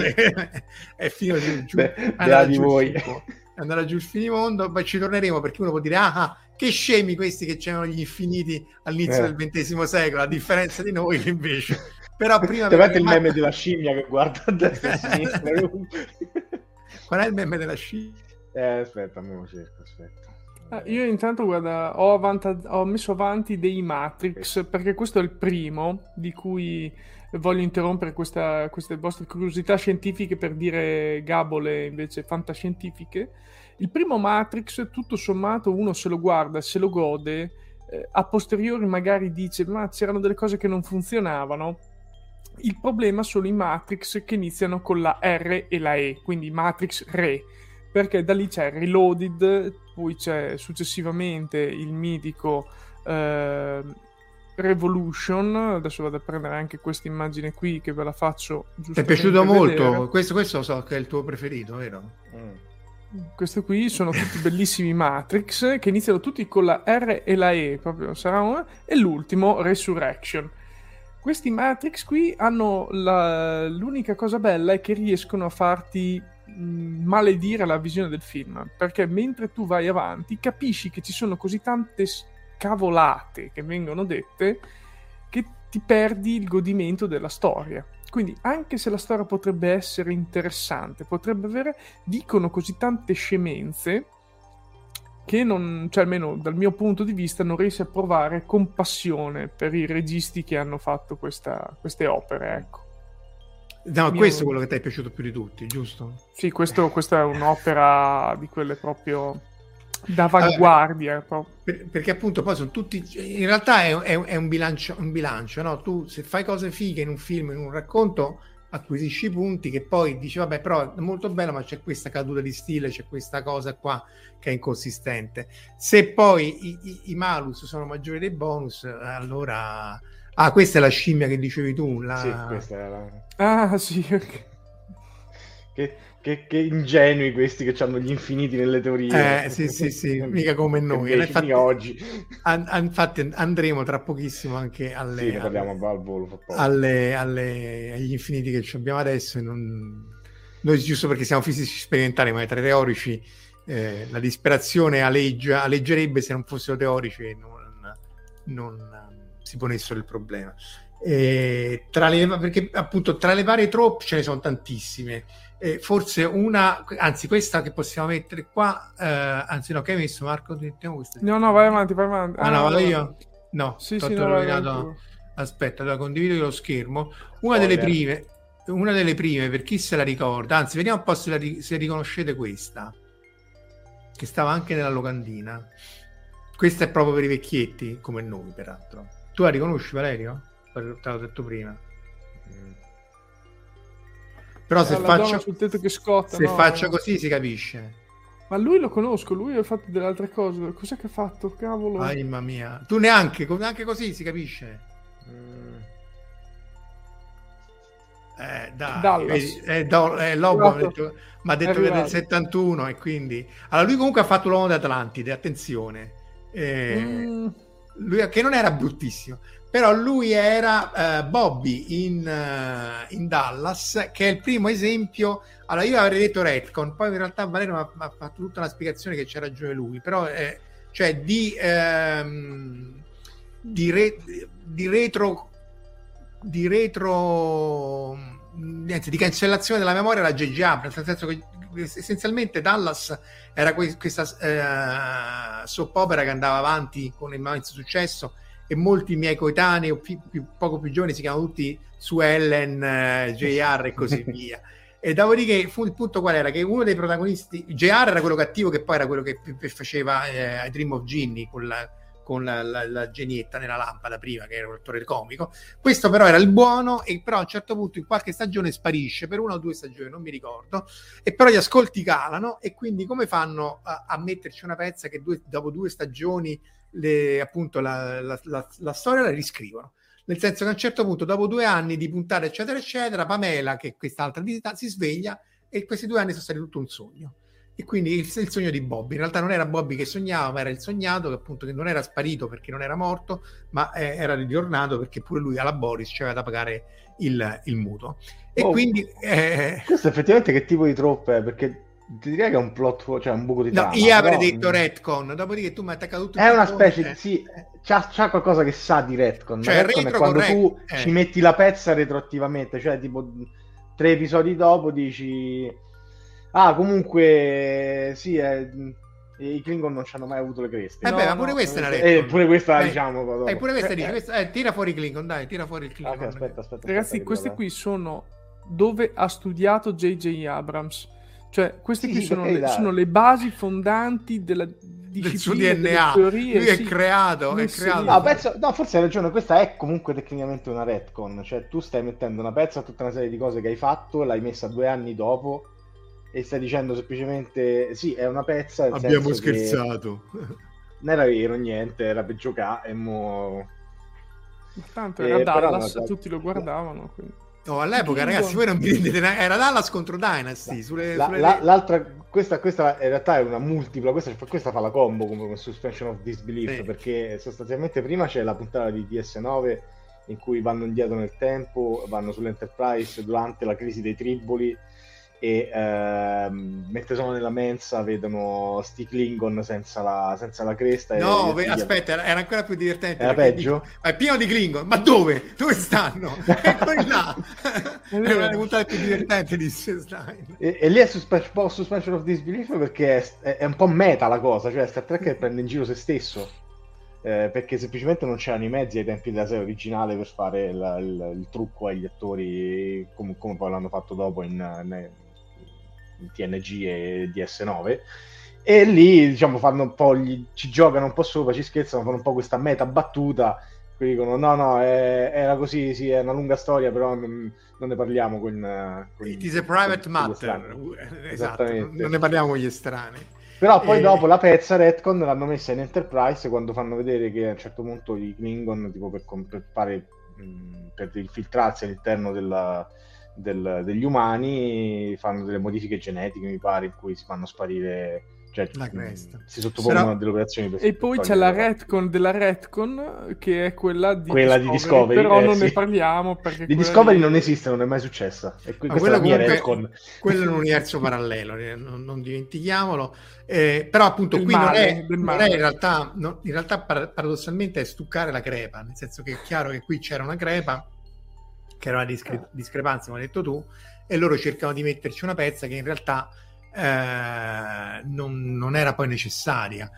è finito giù, giù Beh, è andata di giù voi. è andata giù il finimondo, poi ci torneremo perché uno può dire ah, ah che scemi questi che c'erano gli infiniti all'inizio eh. del ventesimo secolo, a differenza di noi che invece però prima te metti il meme mai... della scimmia che guarda a destra e a sinistra. Qual è il meme della scimmia? Eh, aspetta, me lo cerco, aspetta. Ah, io intanto guarda ho, avanta- ho messo avanti dei Matrix perché questo è il primo di cui voglio interrompere questa, queste vostre curiosità scientifiche per dire gabole invece fantascientifiche. Il primo Matrix, tutto sommato, uno se lo guarda, se lo gode, eh, a posteriori magari dice ma c'erano delle cose che non funzionavano. Il problema sono i Matrix che iniziano con la R e la E, quindi Matrix Re, perché da lì c'è Reloaded, poi c'è successivamente il mitico eh, Revolution. Adesso vado a prendere anche questa immagine qui che ve la faccio giusto. Ti è piaciuto molto? Questo, questo so che è il tuo preferito, vero? Mm. Questo qui sono tutti bellissimi Matrix che iniziano tutti con la R e la E, proprio sarà una, e l'ultimo Resurrection. Questi Matrix qui hanno la, l'unica cosa bella è che riescono a farti mh, maledire la visione del film, perché mentre tu vai avanti capisci che ci sono così tante cavolate che vengono dette che ti perdi il godimento della storia. Quindi anche se la storia potrebbe essere interessante, potrebbe avere, dicono così tante scemenze che non, cioè almeno dal mio punto di vista non riesce a provare compassione per i registi che hanno fatto questa, queste opere, ecco. No, mio... questo è quello che ti è piaciuto più di tutti, giusto? Sì, questo, questa è un'opera di quelle proprio d'avanguardia, allora, proprio. Per, perché appunto poi sono tutti, in realtà è, è, è un bilancio, un bilancio, no? Tu se fai cose fighe in un film, in un racconto, acquisisci punti che poi dici vabbè però è molto bello ma c'è questa caduta di stile, c'è questa cosa qua che è inconsistente. Se poi i, i, i malus sono maggiori dei bonus, allora ah questa è la scimmia che dicevi tu la... sì, questa è la... ah sì, okay. Che, che, che ingenui questi che hanno gli infiniti nelle teorie. Eh, sì, sì, sì, mica come noi. Invece, Infatti, mica oggi. an- an- infatti andremo tra pochissimo anche alle, Sì, ne parliamo alle, al volo. alle, alle- agli infiniti che ci abbiamo adesso. E non... Noi, giusto perché siamo fisici sperimentali, ma tra i teorici eh, la disperazione aleggia, alleggerebbe se non fossero teorici e non, non si ponessero il problema. E tra le, perché appunto tra le varie troppe ce ne sono tantissime. Eh, forse una, anzi questa che possiamo mettere qua, eh, anzi no, che hai messo Marco? Mettiamo questa. No, no, vai avanti, vai avanti. Ah, Ah, no, vado no, io? No, sì, t'ho sì, no, vai, vai rovinato. tu. Aspetta, allora condivido io lo schermo. Una Spoiler. delle prime, una delle prime, per chi se la ricorda, anzi, vediamo un po' se, la, ri- se riconoscete questa, che stava anche nella locandina. Questa è proprio per i vecchietti, come noi, peraltro. Tu la riconosci, Valerio? Te l'ho detto prima. Però se Eh, la donna faccio, sul tetto che scotta, se no, faccio no. così si capisce. Ma lui lo conosco, lui ha fatto delle altre cose. Cos'è che ha fatto? Cavolo. Ai, mamma mia. Tu neanche, neanche così si capisce. Eh, dai, Dallas. vedi, eh, do, eh, Lobo mi ha Arrivato. detto, mi ha detto È che è del arrivato. settantuno e quindi... Allora lui comunque ha fatto l'uomo d'Atlantide, attenzione. Eh, Mm, lui, che non era bruttissimo, però lui era eh, Bobby in, eh, in Dallas, che è il primo esempio. Allora io avrei detto retcon, poi in realtà Valerio mi ha- mi ha fatto tutta una spiegazione che c'ha ragione lui, però eh, cioè di ehm, di, re, di retro di retro niente, di cancellazione della memoria la J J Abrams, nel senso che essenzialmente Dallas era que- questa eh, soap opera che andava avanti con immenso successo e molti miei coetanei o più, più, poco più giovani si chiamano tutti su Ellen, eh, J R e così via. E dopodiché fu il punto qual era? Che uno dei protagonisti, J R era quello cattivo che poi era quello che, che faceva eh, I Dream of Ginny con la, con la, la, la genietta nella lampada prima, che era un attore comico. Questo però era il buono, e però a un certo punto in qualche stagione sparisce, per una o due stagioni, non mi ricordo, e però gli ascolti calano, e quindi come fanno a, a metterci una pezza che due, dopo due stagioni le, appunto la, la, la, la storia la riscrivono? Nel senso che a un certo punto, dopo due anni di puntate eccetera eccetera, Pamela, che è quest'altra visita, si sveglia e questi due anni sono stati tutto un sogno. E quindi il, il sogno di Bobby, in realtà non era Bobby che sognava, ma era il sognato, che appunto che non era sparito perché non era morto, ma eh, era ritornato perché pure lui alla Boris c'aveva da pagare il, il mutuo. E Oh, quindi eh, questo effettivamente che tipo di troppo è? Perché ti direi che è un plot, cioè un buco di no, trama. io avrei però... detto retcon, dopodiché tu mi hai attaccato tutto. È una il mondo, specie, eh. sì, c'ha, c'ha qualcosa che sa di retcon. Cioè, retcon è retro quando corretto, tu eh. ci metti la pezza retroattivamente, cioè tipo tre episodi dopo dici ah comunque sì, eh, i Klingon non ci hanno mai avuto le creste. Eh no, beh, ma no, pure questa è una eh, retcon. pure questa Eh, diciamo dopo. Eh, pure questa Eh, dice, eh. questa- eh, tira fuori il Klingon, dai, tira fuori il Ah, Klingon. ok, aspetta, aspetta, Ragazzi, aspetta, queste che qui devo sono dove ha studiato J J Abrams. Cioè, queste Sì, qui sì, sono, per le, carità. sono le basi fondanti della del suo disciplina, D N delle A. teorie. Lui è sì. creato, è Messi creato. lì. No, penso, no, forse hai ragione, questa è comunque tecnicamente una retcon, cioè tu stai mettendo una pezza a tutta una serie di cose che hai fatto, l'hai messa due anni dopo e stai dicendo semplicemente sì, è una pezza, nel Abbiamo senso che scherzato. non era vero niente, era per giocare e mo... Tanto Eh, era però Dallas, no, tutti lo guardavano. Quindi. No, all'epoca, Klingon. ragazzi, voi non vi rendete neanche- era Dallas contro Dynasty. Sulle, La- sulle- la- l'altra, questa, questa in realtà è una multipla, questa, questa fa la combo come con Suspension of Disbelief, Sì. perché sostanzialmente prima c'è la puntata di D S nove in cui vanno indietro nel tempo, vanno sull'Enterprise durante la crisi dei Triboli e ehm, mentre sono nella mensa vedono sti Klingon senza la, senza la cresta. No, e, ve- e- aspetta, era, era ancora più divertente. Era perché peggio? dico, è pieno di Klingon, ma dove? Dove stanno? Eccoli là. È una delle puntate più divertenti di Stein. E, e lì è suspe- un po' Suspension of Disbelief perché è, è- è un po' meta la cosa, cioè Star Trek prende in giro se stesso, eh, perché semplicemente non c'erano i mezzi ai tempi della serie originale per fare la- il, il trucco agli attori come, come poi l'hanno fatto dopo in, in- in T N G e D S nove, e lì diciamo fanno un po' gli, ci giocano un po' sopra, ci scherzano, fanno un po' questa meta battuta, poi dicono no no è- era così, sì, è una lunga storia, però non, non ne parliamo con, con It is a private con- con gli matter. estranei. Esatto, Esattamente. non ne parliamo con gli estranei. Però poi E- dopo la pezza retcon l'hanno messa in Enterprise quando fanno vedere che a un certo punto i Klingon, tipo per, com- per fare mh, per infiltrarsi all'interno della, del, degli umani, fanno delle modifiche genetiche, mi pare, in cui si fanno sparire, cioè la cresta. si sottopongono Però... a delle operazioni per, e per poi c'è la retcon della retcon, che è quella di quella Discovery, di Discovery, però eh, non sì. ne parliamo perché di quella Discovery lì... non esiste, non è mai successa, e que- Ma questa è la mia comunque, retcon. quello è un universo parallelo, non, non dimentichiamolo. Eh, però appunto del qui male, non, è, del non male. è in realtà, no, in realtà par- paradossalmente è stuccare la crepa, nel senso che è chiaro che qui c'era una crepa, che era una discre- discrepanza, come hai detto tu, e loro cercano di metterci una pezza che in realtà eh, non, non era poi necessaria.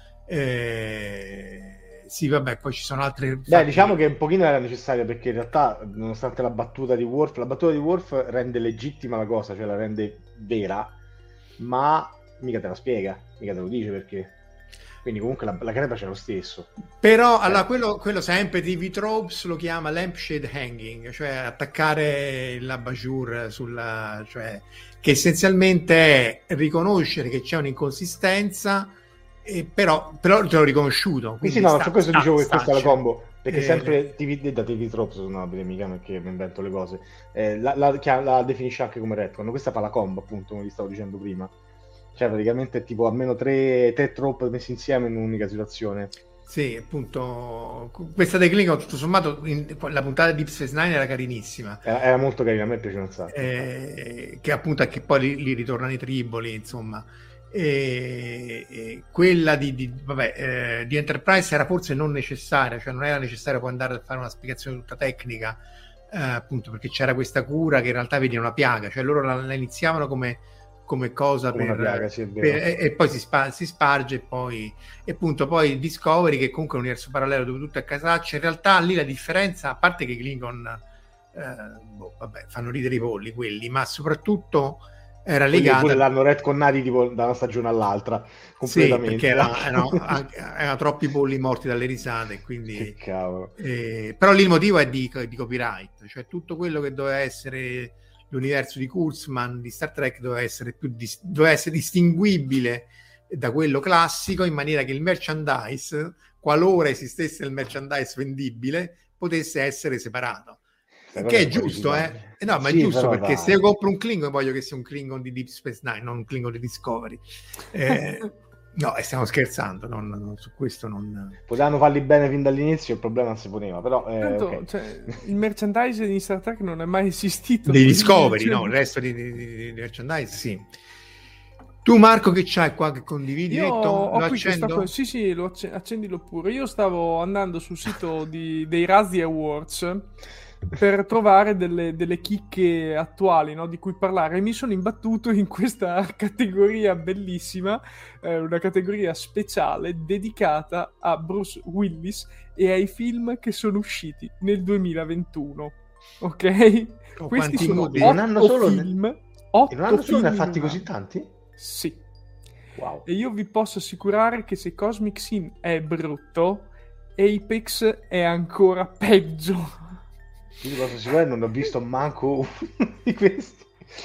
Eh, sì, vabbè, poi ci sono altre... Beh, fatti... diciamo che un pochino era necessaria, perché in realtà, nonostante la battuta di Worf, la battuta di Worf rende legittima la cosa, cioè la rende vera, ma mica te la spiega, mica te lo dice perché. Quindi comunque la, la crepa c'è lo stesso. Però Cioè, allora quello, quello sempre T V Tropes lo chiama lampshade hanging, cioè attaccare la bajour sulla, cioè che essenzialmente è riconoscere che c'è un'inconsistenza, e però, però te l'ho riconosciuto. Sì, sì, quindi no, sta, per questo sta, dicevo che sta, questa è la cioè, combo, perché eh, sempre T V, da T V Tropes sono abile, mica perché mi invento le cose, eh, la, la, la, la definisce anche come retcon, questa fa la combo, appunto, come vi stavo dicendo prima. Cioè praticamente è tipo almeno tre, tre trope messi insieme in un'unica situazione. Sì, appunto questa dei Klingon tutto sommato in, la puntata di Deep Space Nine era carinissima, Era, era molto carina, a me piace un sacco. eh, che appunto è che poi li, li ritornano i triboli, insomma. E, e quella di, di, vabbè, eh, di Enterprise era forse non necessaria, cioè non era necessario poi andare a fare una spiegazione tutta tecnica, eh, appunto perché c'era questa cura che in realtà vedi una piaga, cioè loro la, la iniziavano come come cosa come per, una piaga, sì, è vero. per, e, e poi si, spa, si sparge e poi e appunto poi Discovery, che comunque è un universo parallelo dove tutto è casaccio, in realtà lì la differenza, a parte che i Klingon eh, boh, vabbè, fanno ridere i polli quelli, ma soprattutto era legata, quelli l'hanno retconnati tipo da una stagione all'altra completamente. Sì, perché era, erano, erano troppi polli morti dalle risate, quindi che cavolo. Eh, però lì il motivo è di, di copyright, cioè tutto quello che doveva essere l'universo di Kurtzman di Star Trek doveva essere più dis- doveva essere distinguibile da quello classico, in maniera che il merchandise, qualora esistesse il merchandise vendibile, potesse essere separato. Però che è giusto, eh? eh? No, ma sì, è giusto, perché dai. se io compro un Klingon voglio che sia un Klingon di Deep Space Nine, non un Klingon di Discovery. Eh, no, e stiamo scherzando, non, non, su questo non... Potevano farli bene fin dall'inizio, il problema non si poneva, però... Eh, Tanto, okay. cioè, il merchandise di Star Trek non è mai esistito. Di Discovery, cioè... no, il resto di, di, di, di merchandise, sì. Tu Marco che c'hai qua che condividi? Io Netto? ho Lo qui accendo? questa, sì sì, lo acc- accendilo pure. Io stavo andando sul sito di, dei Razzie Awards per trovare delle, delle chicche attuali, no, di cui parlare, e mi sono imbattuto in questa categoria bellissima, eh, una categoria speciale dedicata a Bruce Willis e ai film che sono usciti nel duemilaventuno, ok? Oh, questi quanti sono mobi. otto In un anno solo ne- film, otto In un anno solo ne ha film fatti in un così anno. tanti? Sì. Wow. E io vi posso assicurare che se Cosmic Sin è brutto, Apex è ancora peggio. Io ti posso assicurare, non ho visto manco uno di questi.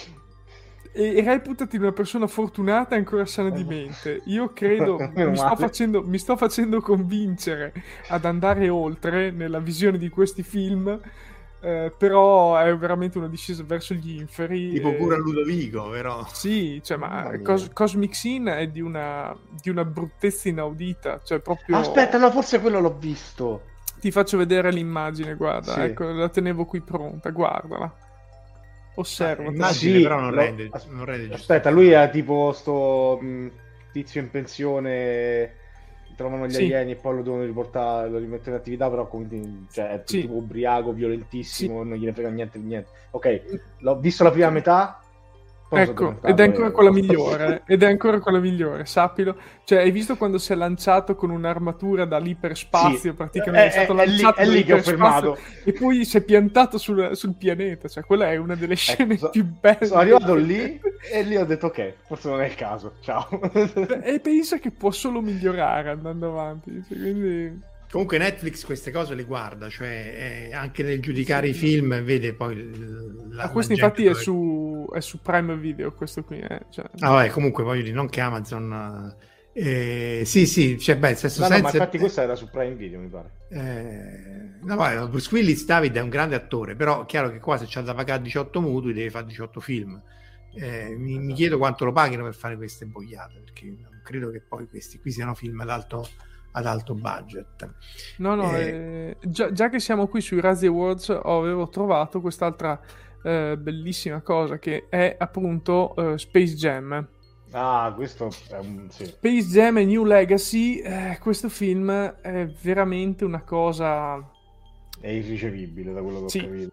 E reputati una persona fortunata e ancora sana di mente. Io credo, Meno mi sto, male. facendo, mi sto facendo convincere ad andare oltre nella visione di questi film, eh, però è veramente una discesa verso gli inferi. Tipo e... pure a Ludovico, però. Sì, cioè, ma Mamma mia. Cos- Cosmic Sin è di una, di una bruttezza inaudita, cioè proprio... Aspetta, no, forse quello l'ho visto. Ti faccio vedere l'immagine, guarda, Sì. ecco, la tenevo qui pronta, guardala. Osserva. Ah, immagine, Sì, però non lo- rende, as- non rende Aspetta, lui è tipo sto mh, tizio in pensione, trovano gli Sì. alieni e poi lo devono riportare, lo rimettono in attività, però comunque, cioè, è Sì. tipo ubriaco, violentissimo, non gliene frega niente di niente. Ok, l'ho visto la prima metà. poi mi sono Ecco, addormentato ed è ancora e- quella migliore, ed è ancora quella migliore, sappilo. Cioè, hai visto quando si è lanciato con un'armatura dall'iperspazio, Sì, praticamente è, è- stato è lì- lanciato è lì che ho dall'iperspazio fermato. e poi si è piantato sul, sul pianeta, cioè quella è una delle scene so- più belle. Sono arrivato lì e lì ho detto ok, forse non è il caso, ciao. E pensa che può solo migliorare andando avanti, cioè, quindi... Comunque Netflix queste cose le guarda, cioè eh, anche nel giudicare i film vede poi l- la, Ah, questo la infatti gente è dove- su, è su Prime Video, questo qui, eh. Cioè, Ah, vabbè, comunque voglio dire, non che Amazon Eh, sì, sì, cioè, beh, Sesto no, Sense... no, ma infatti questa era su Prime Video, mi pare. Eh, no, vabbè, Bruce Willis, David, è un grande attore, però è chiaro che qua se c'ha da pagare diciotto mutui deve fare diciotto film. Eh, mi, esatto. mi chiedo quanto lo paghino per fare queste boiate, perché non credo che poi questi qui siano film ad alto, ad alto budget. No, no, Eh, eh, già, già che siamo qui sui Razzie Awards, avevo trovato quest'altra eh, bellissima cosa che è appunto eh, Space Jam. Ah, questo è un... sì. Space Jam e New Legacy, eh, questo film è veramente una cosa... È irricevibile da quello che ho Sì. capito.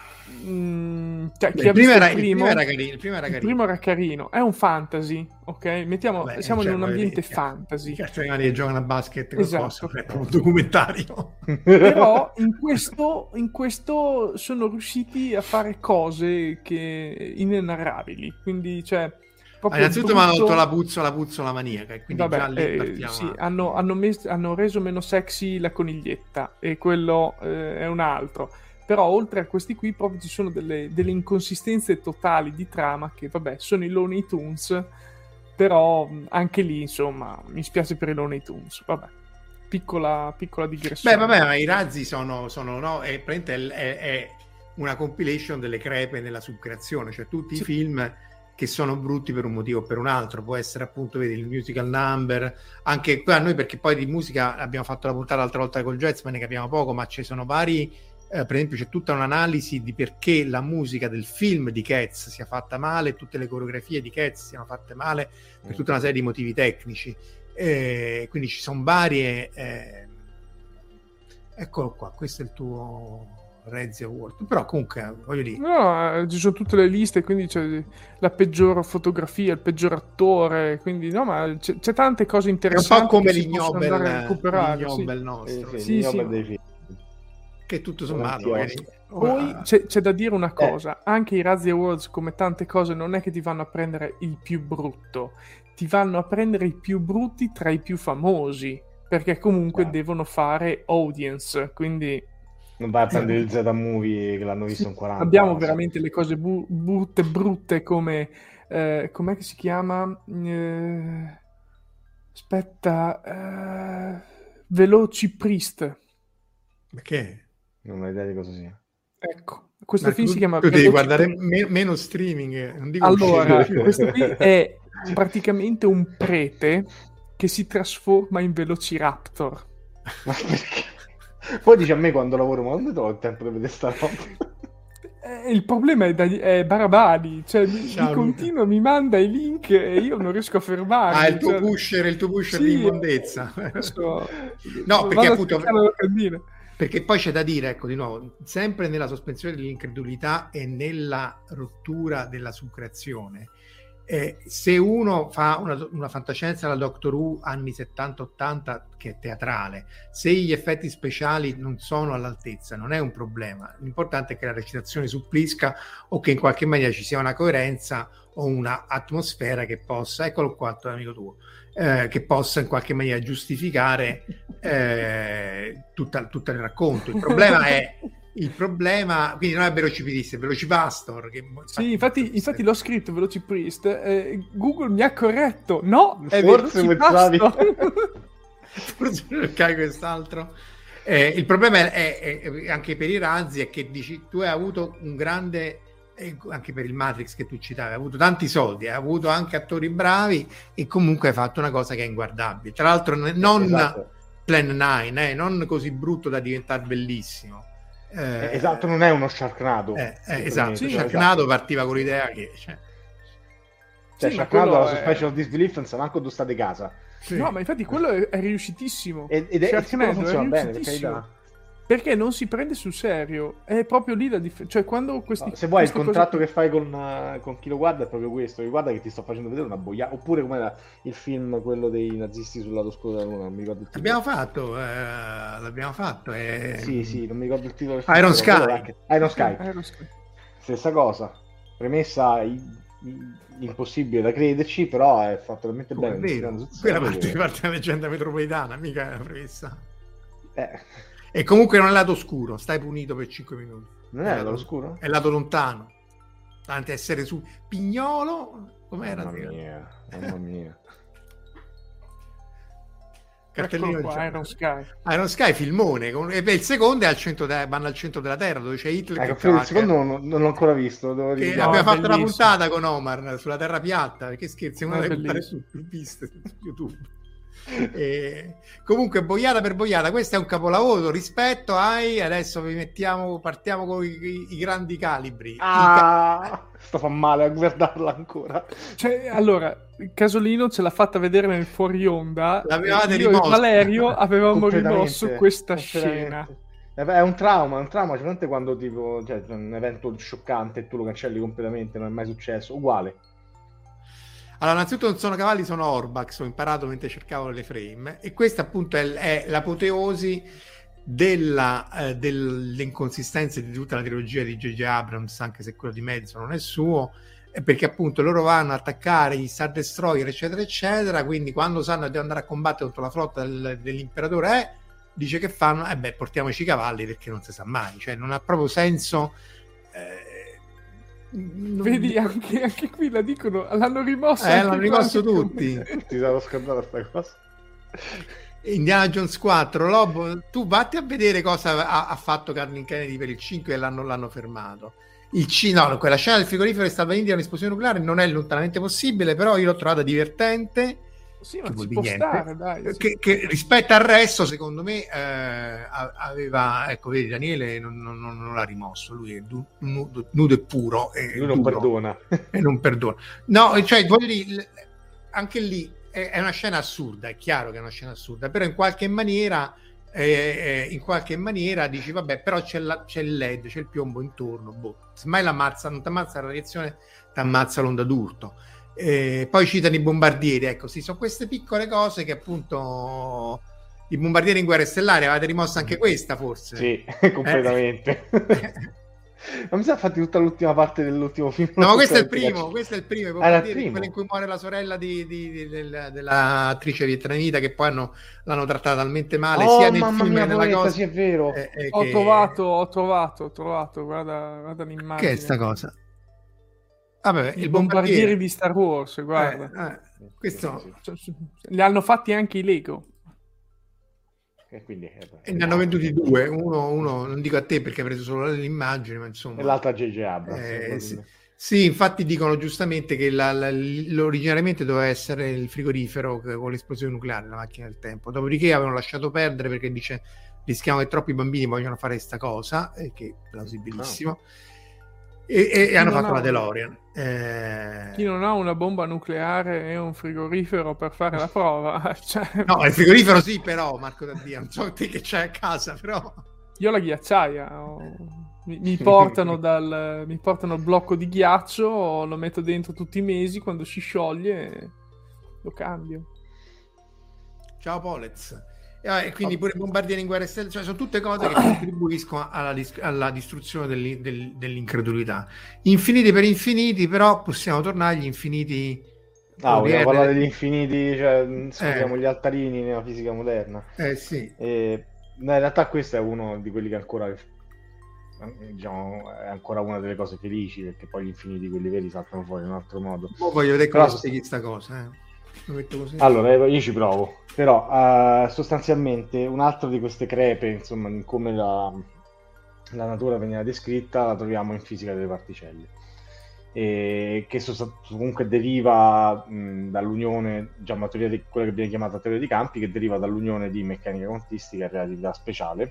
Mm, cioè, chi il, ha primo visto era, il primo, il primo era carino, il primo era il carino. primo era carino, è un fantasy, ok? Mettiamo, Vabbè, siamo cioè, in un ambiente dire, fantasy. I cartoni animati che giocano a basket, Esatto. cosa, è proprio un documentario. Però in questo, in questo sono riusciti a fare cose che inenarrabili, quindi cioè proprio Innanzitutto mi hanno brutto... tolto la puzzola, puzzola maniaca, e quindi Vabbè, già lì eh, partiamo. sì, hanno, hanno, mes- hanno reso meno sexy la coniglietta e quello eh, è un altro. Però oltre a questi qui proprio ci sono delle, delle inconsistenze totali di trama che vabbè sono i Looney Tunes, però anche lì insomma mi spiace per i Looney Tunes, vabbè. Piccola, piccola digressione. Beh, vabbè, ma i razzi sono, sono no, è, è, è una compilation delle crepe nella subcreazione, cioè tutti sì. i film che sono brutti per un motivo o per un altro. Può essere appunto, vedi, il musical number, anche qua noi, perché poi di musica abbiamo fatto la puntata l'altra volta col jazz, ma ne capiamo poco, ma ci sono vari, eh, per esempio c'è tutta un'analisi di perché la musica del film di Cats sia fatta male, tutte le coreografie di Cats siano fatte male per tutta una serie di motivi tecnici. Eh, quindi ci sono varie eh... eccolo qua, questo è il tuo Razzie Award, però comunque voglio dire, no, ci sono tutte le liste, quindi c'è la peggior fotografia, il peggior attore, quindi no, ma c'è, c'è tante cose interessanti. È un po' come che l'Ignobel, a recuperare, l'Ignobel sì. nostro, eh, sì, sì, l'Ignobel sì. dei film. Che tutto sommato magari... Poi c'è, c'è da dire una cosa, eh. anche i Razzie Awards, come tante cose, non è che ti vanno a prendere il più brutto, ti vanno a prendere i più brutti tra i più famosi, perché comunque eh. devono fare audience, quindi... Non vai a prendere il Z-Movie che l'hanno visto sì, in quaranta. Abbiamo no? veramente le cose bu- brutte, brutte come... Eh, com'è che si chiama? Eh, aspetta... Eh, Veloci Priest. Perché? Non ho idea di cosa sia. Ecco, questo Marco, film tu, si chiama... Tu devi Veloci guardare Priest. me- meno streaming. Non dico allora, questo qui è praticamente un prete che si trasforma in Velociraptor. Ma perché? Poi dice a me quando lavoro, ma non trovo il tempo di vedere sta roba. Eh, il problema è, da, è Barabani, cioè mi, mi continua, mi manda i link e io non riesco a fermarmi. Ah, il tuo cioè... pusher, il tuo pusher sì, di immondezza. Adesso... No, perché appunto... La perché poi c'è da dire, ecco, di nuovo, sempre nella sospensione dell'incredulità e nella rottura della subcreazione, eh, se uno fa una, una fantascienza alla Doctor Who anni settanta ottanta che è teatrale, se gli effetti speciali non sono all'altezza non è un problema, l'importante è che la recitazione supplisca o che in qualche maniera ci sia una coerenza o una atmosfera che possa, eccolo qua, amico tuo, eh, che possa in qualche maniera giustificare eh, tutta, tutto il racconto. Il problema è il problema, quindi non è Velocipedist, è Velocipastor. Che sì, infatti, infatti l'ho scritto Veloci Priest, eh, Google mi ha corretto, no, è forse Velocipastor. Forse perché quest'altro. Eh, il problema è, è, è anche per i razzi è che dici tu hai avuto un grande, eh, anche per il Matrix che tu citavi, hai avuto tanti soldi, hai avuto anche attori bravi e comunque hai fatto una cosa che è inguardabile. Tra l'altro non esatto. Plan nine, eh, non così brutto da diventare bellissimo. Eh, esatto, non è uno Sharknado. Eh, eh, esatto, sì, Sharknado esatto. partiva con l'idea che... Cioè, cioè sì, Sharknado alla è... suspension of disbelief non sa manco dove sta di casa. Sì. No, ma infatti quello è, è riuscitissimo. Ed, ed è, Sharknado funziona è bene, perché, perché non si prende sul serio. È proprio lì la differenza. Cioè, quando questi, no, se vuoi il contratto cose... che fai con, uh, con chi lo guarda è proprio questo. Che guarda che ti sto facendo vedere una boia. Oppure com'era il film, quello dei nazisti sul lato scuro della luna, non mi ricordo il titolo. L'abbiamo fatto, eh, l'abbiamo fatto. Eh... Sì, sì, non mi ricordo il titolo. Del Iron Sky. Anche... Iron Sky. Iron Sky. Stessa cosa. Premessa i, i, impossibile da crederci, però è fatto talmente oh, bene. È vero. Quella parte, che... parte della leggenda metropolitana, mica è la premessa. Eh. E comunque non è lato oscuro, stai punito per cinque minuti. Non è, è lato oscuro? È lato lontano. Tanto essere su Pignolo, com'era? Mamma mia, mamma mia. Cartellino qua, Iron Sky. Iron Sky, filmone. Con... E beh, il secondo è al centro de... vanno al centro della Terra, dove c'è Hitler. Ecco, che il secondo non, non l'ho ancora visto. Devo che dire. abbiamo No, fatto bellissimo. una puntata con Omar sulla Terra piatta. Perché scherzi, una No, delle puntate bellissimo. più viste su YouTube. E... comunque, boiata per boiata, questo è un capolavoro rispetto ai. Adesso vi mettiamo, partiamo con i, i, i grandi calibri. Ah, sto fa male a guardarla ancora. Cioè, allora, Casolino ce l'ha fatta vedere nel fuori onda. L'avevate Io rimossa. e Valerio avevamo Completamente, rimosso questa completamente. scena. Eh beh, è un trauma, è un trauma, cioè, non quando tipo, cioè, un evento scioccante e tu lo cancelli completamente, non è mai successo, uguale. Allora, innanzitutto non sono cavalli, sono Orbax, ho imparato mentre cercavo le frame, e questa appunto è, è l'apoteosi della, eh, delle inconsistenze di tutta la trilogia di J J Abrams, anche se quello di mezzo non è suo, è perché appunto loro vanno a attaccare gli Star Destroyer, eccetera, eccetera, quindi quando sanno che devono andare a combattere contro la flotta del, dell'imperatore, eh, dice che fanno, eh beh, portiamoci i cavalli perché non si sa mai, cioè non ha proprio senso... Eh, non... Vedi, anche, anche qui la dicono, l'hanno rimosso. Eh, l'hanno rimosso tutti. Ti sarò scordato sta cosa. Indiana Jones quattro, Lobo, tu vatti a vedere cosa ha, ha fatto Kathleen Kennedy per il cinque e l'hanno, l'hanno fermato. Il C, no, quella scena del frigorifero che stava in India un'esplosione nucleare non è lontanamente possibile, però io l'ho trovata divertente. Sì, Che ma vuol ci può dire stare, dai. Sì. Che, che rispetto al resto, secondo me, eh, aveva, ecco, vedi, Daniele non, non, non l'ha rimosso, lui è du, nudo, nudo e puro. E lui non duro, perdona. E non perdona. No, cioè, voglio dire, anche lì è, è una scena assurda, è chiaro che è una scena assurda, però in qualche maniera, eh, in qualche maniera dici, vabbè, però c'è, la, c'è il L E D, c'è il piombo intorno, boh, semmai l'ammazza, non ti ammazza la radiazione, ti ammazza l'onda d'urto. Eh, poi citano i bombardieri, ecco, sì, sono queste piccole cose che appunto i bombardieri in Guerre Stellari avete rimosso anche questa, forse? Sì, completamente. Eh? Non mi sa fatti tutta l'ultima parte dell'ultimo film. No, ma questo è il primo, questo è il primo, i bombardieri, primo. Quello in cui muore la sorella di, di, di, del, dell'attrice vietnamita, che poi hanno, l'hanno trattata talmente male, oh, sia nel mamma film mia, che nella cosa. Sì, è vero. Eh, eh, ho che... trovato, ho trovato, ho trovato, guarda, guarda l'immagine. Che è sta cosa? Vabbè, I il bombardieri bombardiere di Star Wars, guarda. Eh, eh, questo... Li hanno fatti anche i Lego. E quindi eh, e ne hanno venduti due, uno, uno non dico a te perché hai preso solo l'immagine, ma insomma, e l'altra J J Abrams. Eh, sì. Sì, infatti dicono giustamente che la, la, l'originariamente doveva essere il frigorifero con l'esplosione nucleare, la macchina del tempo. Dopodiché avevano lasciato perdere perché dice rischiamo che troppi bambini vogliono fare questa cosa, e che è plausibilissimo. No. E, e, e hanno fatto la DeLorean. Eh... Chi non ha una bomba nucleare e un frigorifero per fare la prova? Cioè... No, il frigorifero sì, però, Marco Daddia, non so te che c'hai a casa, però... Io la ghiacciaia, ho... mi, mi, portano dal, mi portano il blocco di ghiaccio, lo metto dentro tutti i mesi, quando si scioglie lo cambio. Ciao Polez. E quindi pure bombardieri in Guerre Stellari, cioè sono tutte cose che contribuiscono alla, dis- alla distruzione dell'in- del- dell'incredulità. Infiniti per infiniti, però possiamo tornare agli infiniti. Ah, vogliamo parlare degli infiniti, cioè scopriamo eh. gli altarini nella fisica moderna. Eh sì. E, no, in realtà questo è uno di quelli che ancora, diciamo, è ancora una delle cose felici, perché poi gli infiniti, quelli veri, saltano fuori in un altro modo. Poi voglio vedere come spieghi sta cosa, eh. Così. Allora io ci provo, però uh, sostanzialmente un'altra di queste crepe, insomma, in come la, la natura veniva descritta, la troviamo in fisica delle particelle, e che sost- comunque deriva mh, dall'unione, diciamo, teoria di, quella che viene chiamata teoria dei campi, che deriva dall'unione di meccanica quantistica e relatività speciale,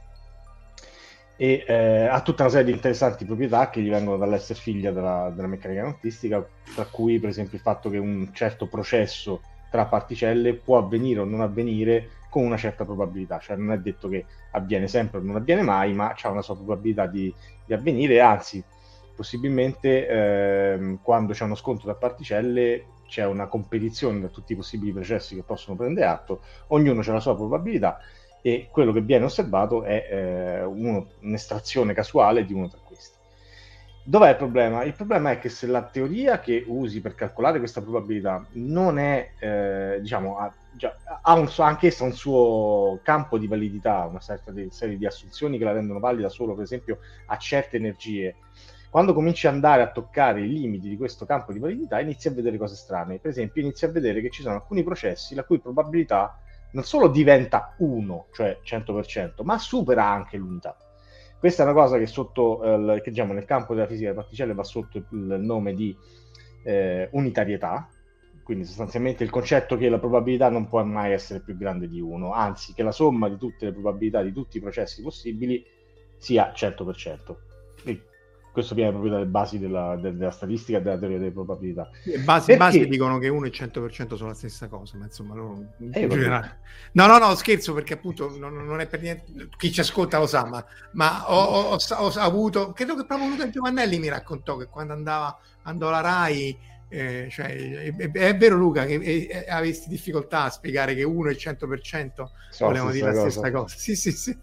e eh, ha tutta una serie di interessanti proprietà che gli vengono dall'essere figlia della, della meccanica quantistica, tra cui per esempio il fatto che un certo processo tra particelle può avvenire o non avvenire con una certa probabilità, cioè non è detto che avviene sempre o non avviene mai, ma c'ha una sua probabilità di, di avvenire, anzi possibilmente ehm, quando c'è uno scontro tra particelle c'è una competizione tra tutti i possibili processi che possono prendere atto, ognuno ha la sua probabilità, e quello che viene osservato è eh, uno, un'estrazione casuale di uno tra questi. Dov'è il problema? Il problema è che se la teoria che usi per calcolare questa probabilità non è, eh, diciamo, ha, già, ha un, anche essa un suo campo di validità, una certa di, serie di assunzioni che la rendono valida solo, per esempio, a certe energie, quando cominci ad andare a toccare i limiti di questo campo di validità inizi a vedere cose strane. Per esempio inizi a vedere che ci sono alcuni processi la cui probabilità non solo diventa uno, cioè cento per cento, ma supera anche l'unità. Questa è una cosa che sotto eh, che diciamo nel campo della fisica delle particelle va sotto il nome di eh, unitarietà, quindi sostanzialmente il concetto che la probabilità non può mai essere più grande di uno, anzi che la somma di tutte le probabilità di tutti i processi possibili sia cento per cento. E questo viene proprio dalle basi della, de, della statistica e della teoria delle probabilità. Le basi, Perché... basi dicono che uno e cento per cento sono la stessa cosa, ma insomma loro in eh, generale... no no no scherzo, perché appunto non, non è per niente, chi ci ascolta lo sa, ma, ma ho, ho, ho, ho avuto, credo che proprio Luca Giovannelli mi raccontò che quando andava andò alla Rai, eh, cioè, è, è, è vero Luca che è, è, avesti difficoltà a spiegare che uno e cento per cento so, volevano dire la cosa. stessa cosa. Sì sì sì,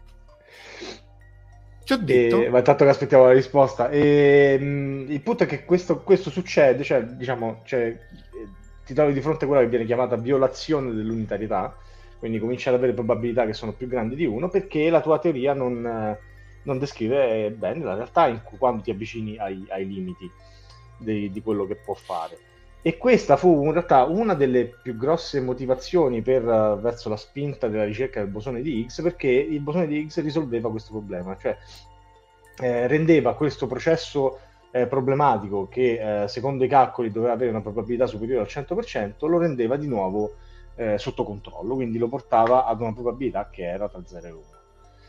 ci ho detto. E, ma tanto che aspettiamo la risposta. E, mh, il punto è che questo, questo succede, cioè, diciamo, cioè, ti trovi di fronte a quella che viene chiamata violazione dell'unitarietà, quindi cominci ad avere probabilità che sono più grandi di uno, perché la tua teoria non, non descrive bene la realtà in cui, quando ti avvicini ai, ai limiti di, di quello che può fare. E questa fu in realtà una delle più grosse motivazioni per, uh, verso la spinta della ricerca del bosone di Higgs, perché il bosone di Higgs risolveva questo problema, cioè eh, rendeva questo processo eh, problematico che eh, secondo i calcoli doveva avere una probabilità superiore al cento per cento, lo rendeva di nuovo eh, sotto controllo, quindi lo portava ad una probabilità che era tra zero e uno.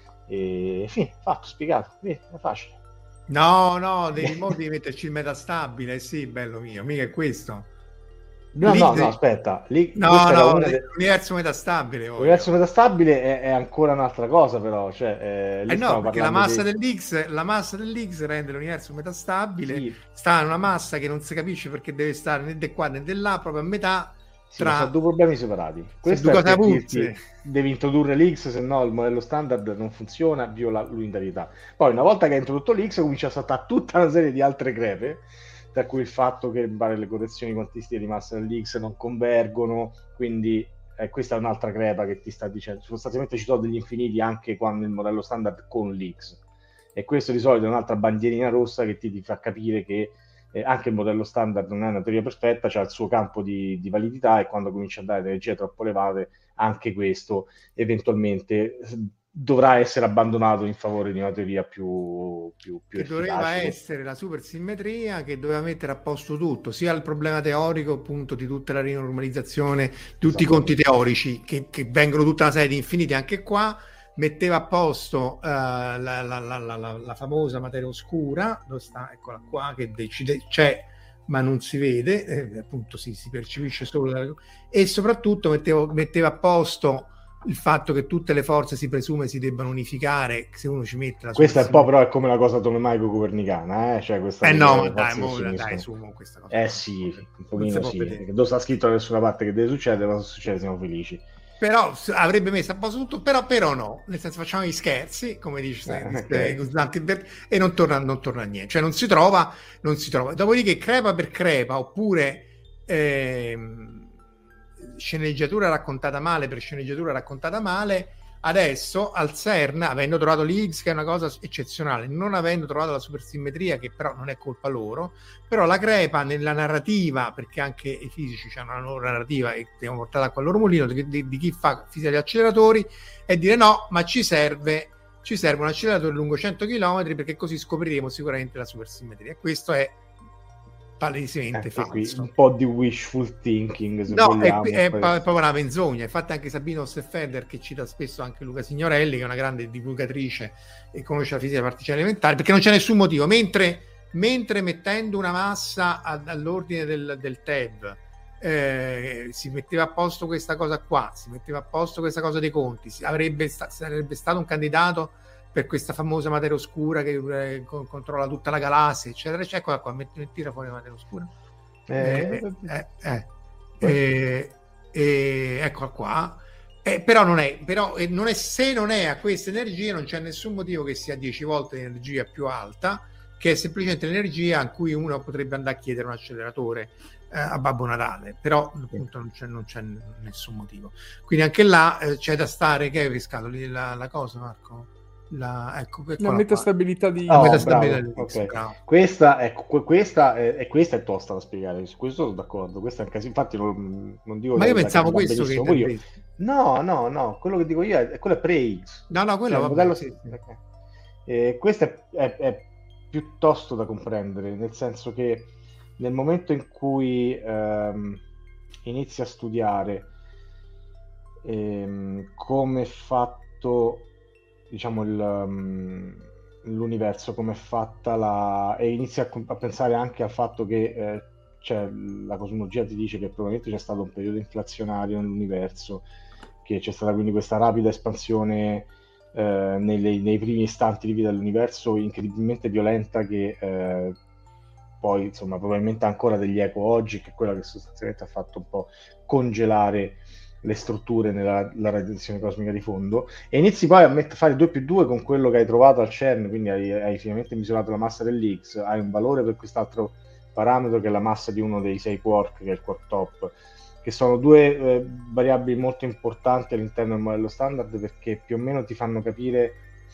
E fine, fatto, spiegato, è facile. No, no, devi, devi metterci il metastabile, sì, bello mio, mica è questo. No, Lì no, de... no, aspetta. Lì, no, no, de... l'universo metastabile. L'universo metastabile è, è ancora un'altra cosa, però. Cioè, eh, lì eh no, perché la massa, di... dell'X, la massa dell'X rende l'universo metastabile, sì. sta in una massa che non si capisce perché deve stare né di qua né di là, proprio a metà. Sì, tra sono due problemi separati. Questo è per dirti, devi introdurre l'X, se no il modello standard non funziona, viola l'unitarietà. Poi una volta che hai introdotto l'X comincia a saltare tutta una serie di altre crepe, tra cui il fatto che le correzioni quantistiche di massa dell'X non convergono, quindi eh, questa è un'altra crepa che ti sta dicendo, sostanzialmente ci sono degli infiniti anche quando il modello standard con l'X, e questo di solito è un'altra bandierina rossa che ti, ti fa capire che Eh, anche il modello standard non è una teoria perfetta, c'ha il suo campo di, di validità, e quando comincia a dare energie troppo elevate anche questo eventualmente dovrà essere abbandonato in favore di una teoria più, più, più che efficace. Doveva essere la supersimmetria che doveva mettere a posto tutto, sia il problema teorico appunto di tutta la rinormalizzazione, tutti i conti teorici che, che vengono tutta una serie di infiniti, anche qua metteva a posto uh, la, la, la, la, la, la famosa materia oscura, dove sta, eccola qua, che decide, c'è ma non si vede, eh, appunto si, si percepisce solo da... e soprattutto mettevo, metteva a posto il fatto che tutte le forze si presume si debbano unificare, se uno ci mette la questa è un po' però è come la cosa tolemaico-copernicana, eh? Cioè questa eh no, ma dai, mo, dai su, mo, questa cosa eh sì, un pochino sì, vedere. Non sta scritto da nessuna parte che deve succedere, ma se succede siamo felici. Però avrebbe messo a posto tutto, però, però no, nel senso facciamo gli scherzi, come dice eh, okay. E non torna, non torna a niente, cioè non si trova, non si trova. Dopodiché crepa per crepa, oppure ehm, sceneggiatura raccontata male per sceneggiatura raccontata male, adesso al CERN, avendo trovato l'Higgs, che è una cosa eccezionale, non avendo trovato la supersimmetria, che però non è colpa loro, però la crepa nella narrativa, perché anche i fisici hanno una loro narrativa e abbiamo portato acqua al loro mulino, di, di, di chi fa fisica degli acceleratori, è dire no, ma ci serve, ci serve un acceleratore lungo cento chilometri, perché così scopriremo sicuramente la supersimmetria. E questo è palesemente eh, falso. Un po' di wishful thinking, se no, vogliamo, è, è, è proprio una menzogna. Infatti anche Sabino Osterfelder, che cita spesso anche Luca Signorelli, che è una grande divulgatrice e conosce la fisica delle particelle elementari, perché non c'è nessun motivo, mentre, mentre mettendo una massa a, all'ordine del, del T E B eh, si metteva a posto questa cosa qua, si metteva a posto questa cosa dei conti, si, avrebbe sta, sarebbe stato un candidato per questa famosa materia oscura che eh, controlla tutta la galassia, eccetera, eccetera. Eccola qua, metti, tira fuori la materia oscura. Eh, eh, eh, eh, eh, eccola qua. Eh, però non è, però eh, non è, se non è a questa energia, non c'è nessun motivo che sia dieci volte l'energia più alta, che è semplicemente l'energia a cui uno potrebbe andare a chiedere un acceleratore eh, a Babbo Natale, però appunto non c'è, non c'è nessun motivo. Quindi anche là eh, c'è da stare, che hai pescato lì la, la cosa, Marco? la, ecco, la metastabilità di oh, metastabilità bravo, di X, okay. bravo. Questa, ecco, questa è, è, questa è tosta da spiegare, su questo sono d'accordo, questa è un caso, infatti non, non dico ma che io pensavo questo che io. no no no quello che dico io è, è quello è pre-X, no no quello cioè, vabbè, modello... sì, sì. Eh, questo è, è, è piuttosto da comprendere, nel senso che nel momento in cui ehm, inizi a studiare ehm, come è fatto, diciamo, il, um, l'universo, come è fatta la... e inizi a, a pensare anche al fatto che eh, cioè, la cosmologia ti dice che probabilmente c'è stato un periodo inflazionario nell'universo, che c'è stata quindi questa rapida espansione eh, nei, nei primi istanti di vita dell'universo, incredibilmente violenta, che eh, poi insomma probabilmente ha ancora degli eco oggi, che è quella che sostanzialmente ha fatto un po' congelare le strutture nella la radiazione cosmica di fondo, e inizi poi a met- fare due più due con quello che hai trovato al CERN, quindi hai, hai finalmente misurato la massa dell'X, hai un valore per quest'altro parametro che è la massa di uno dei sei quark, che è il quark top, che sono due eh, variabili molto importanti all'interno del modello standard, perché più o meno ti fanno capire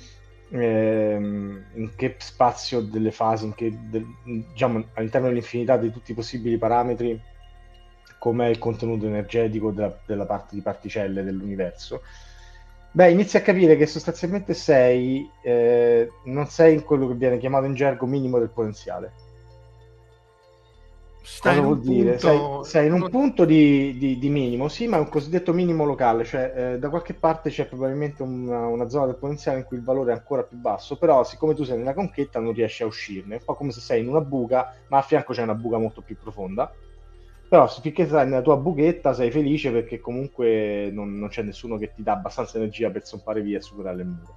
ehm, in che spazio delle fasi, in che, del, diciamo, all'interno dell'infinità di tutti i possibili parametri, com'è il contenuto energetico della, della parte di particelle dell'universo. Beh, inizi a capire che sostanzialmente sei, eh, non sei in quello che viene chiamato in gergo minimo del potenziale. Stai Cosa vuol dire? Punto... Sei, sei in un punto di, di, di minimo, sì, ma è un cosiddetto minimo locale, cioè eh, da qualche parte c'è probabilmente una, una zona del potenziale in cui il valore è ancora più basso, però siccome tu sei nella conchetta non riesci a uscirne, è un po' come se sei in una buca, ma a fianco c'è una buca molto più profonda. Però finché stai nella tua buchetta sei felice, perché comunque non, non c'è nessuno che ti dà abbastanza energia per zompare via e superare il muro.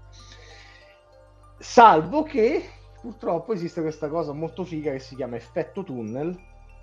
Salvo che purtroppo esiste questa cosa molto figa che si chiama effetto tunnel,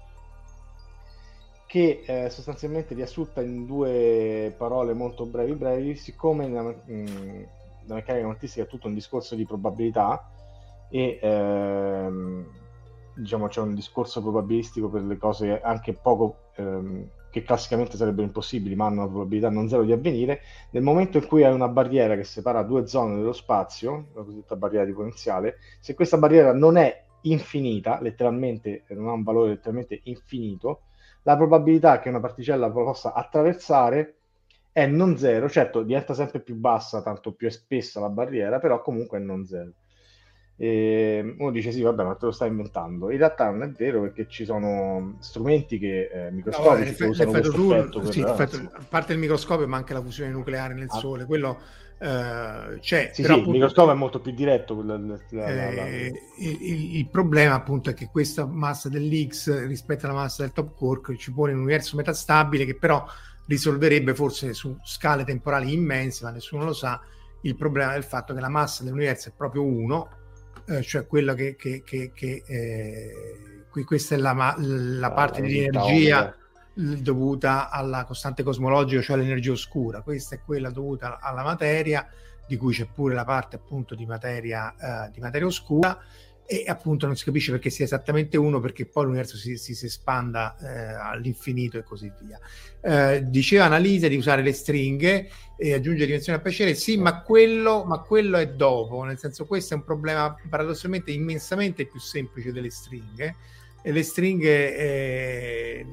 che eh, sostanzialmente riassunta in due parole molto brevi brevi, siccome nella, mh, la meccanica quantistica è tutto un discorso di probabilità, e ehm, diciamo c'è un discorso probabilistico per le cose anche poco ehm, che classicamente sarebbero impossibili ma hanno una probabilità non zero di avvenire, nel momento in cui hai una barriera che separa due zone dello spazio, la cosiddetta barriera di potenziale, se questa barriera non è infinita, letteralmente non ha un valore letteralmente infinito, la probabilità che una particella possa attraversare è non zero, certo diventa sempre più bassa tanto più è spessa la barriera, però comunque è non zero. E uno dice sì, vabbè, ma te lo stai inventando. In realtà non è vero, perché ci sono strumenti che eh, microscopici no, che usano questo tool, effetto per... sì, effetto, a parte il microscopio, ma anche la fusione nucleare nel ah. Sole, quello eh, c'è. Sì, però, sì, appunto, il microscopio è molto più diretto. La, la, la, eh, la... Il, il problema appunto è che questa massa dell'X rispetto alla massa del top quark ci pone un universo metastabile, che però risolverebbe forse su scale temporali immense, ma nessuno lo sa, il problema del fatto che la massa dell'universo è proprio uno, eh, cioè quello che, che, che, che eh, qui questa è la, la, la parte di energia dovuta alla costante cosmologica, cioè l'energia oscura. Questa è quella dovuta alla materia, di cui c'è pure la parte appunto di materia, eh, di materia oscura, e appunto non si capisce perché sia esattamente uno, perché poi l'universo si, si, si espanda eh, all'infinito e così via. Eh, diceva Annalisa di usare le stringhe e aggiungere dimensioni a piacere, sì, ma quello, ma quello è dopo, nel senso, questo è un problema paradossalmente immensamente più semplice delle stringhe, e le stringhe eh,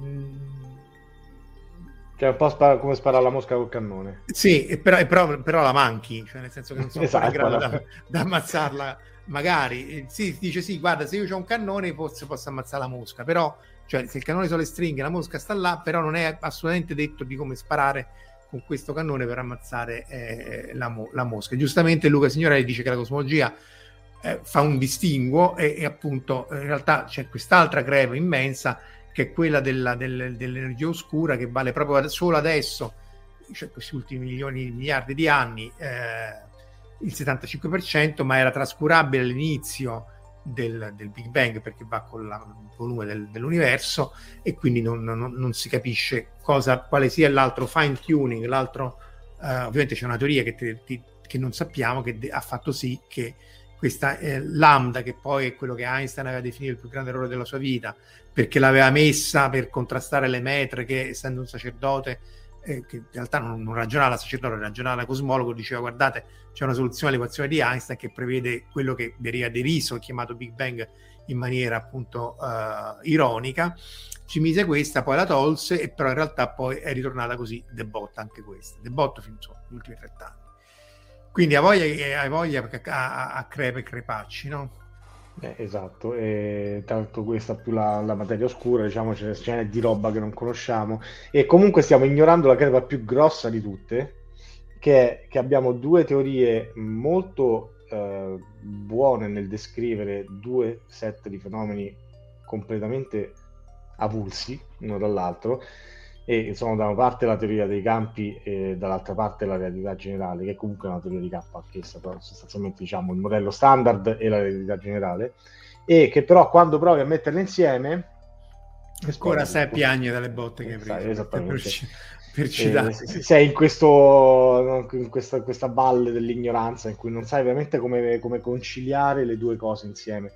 cioè un po' spara, come sparare la mosca col cannone. Sì, e però, e però, però la manchi, cioè nel senso che non sono esatto, in grado da, da ammazzarla. Magari si dice sì, guarda, se io ho un cannone forse posso ammazzare la mosca, però cioè se il cannone sono le stringhe, la mosca sta là, però non è assolutamente detto di come sparare con questo cannone per ammazzare eh, la, mo- la mosca. Giustamente Luca Signorelli dice che la cosmologia eh, fa un distinguo, e, e appunto in realtà c'è quest'altra crepa immensa, che è quella della, del, dell'energia oscura, che vale proprio solo adesso, cioè questi ultimi milioni di miliardi di anni, eh, il settantacinque per cento, ma era trascurabile all'inizio del, del Big Bang, perché va con la, il volume del, dell'universo, e quindi non, non, non si capisce cosa, quale sia l'altro fine tuning, l'altro eh, ovviamente c'è una teoria che, te, ti, che non sappiamo, che de- ha fatto sì che questa eh, lambda, che poi è quello che Einstein aveva definito il più grande errore della sua vita, perché l'aveva messa per contrastare le metriche, essendo un sacerdote eh, che in realtà non, non ragionava la sacerdote, ragionava la cosmologo, diceva guardate c'è una soluzione all'equazione di Einstein che prevede quello che veniva deriso, chiamato Big Bang in maniera appunto uh, ironica, ci mise questa, poi la tolse, e però in realtà poi è ritornata così de botta anche questa, de botta fino insomma, gli ultimi trent'anni. Quindi ha voglia, ha voglia perché a, a crepe e crepacci, no? Eh, esatto, e tanto questa più la, la materia oscura, diciamo, ce n'è di roba che non conosciamo, e comunque stiamo ignorando la crepa più grossa di tutte, che è che abbiamo due teorie molto eh, buone nel descrivere due set di fenomeni completamente avulsi uno dall'altro, e sono da una parte la teoria dei campi e dall'altra parte la relatività generale, che comunque è una teoria di campo anch'essa, però sostanzialmente diciamo il modello standard e la relatività generale, e che però quando provi a metterle insieme ancora sei piagne dalle botte che hai preso, esattamente, per, per citare. Eh, sei in questo in questa, questa valle dell'ignoranza in cui non sai veramente come, come conciliare le due cose insieme,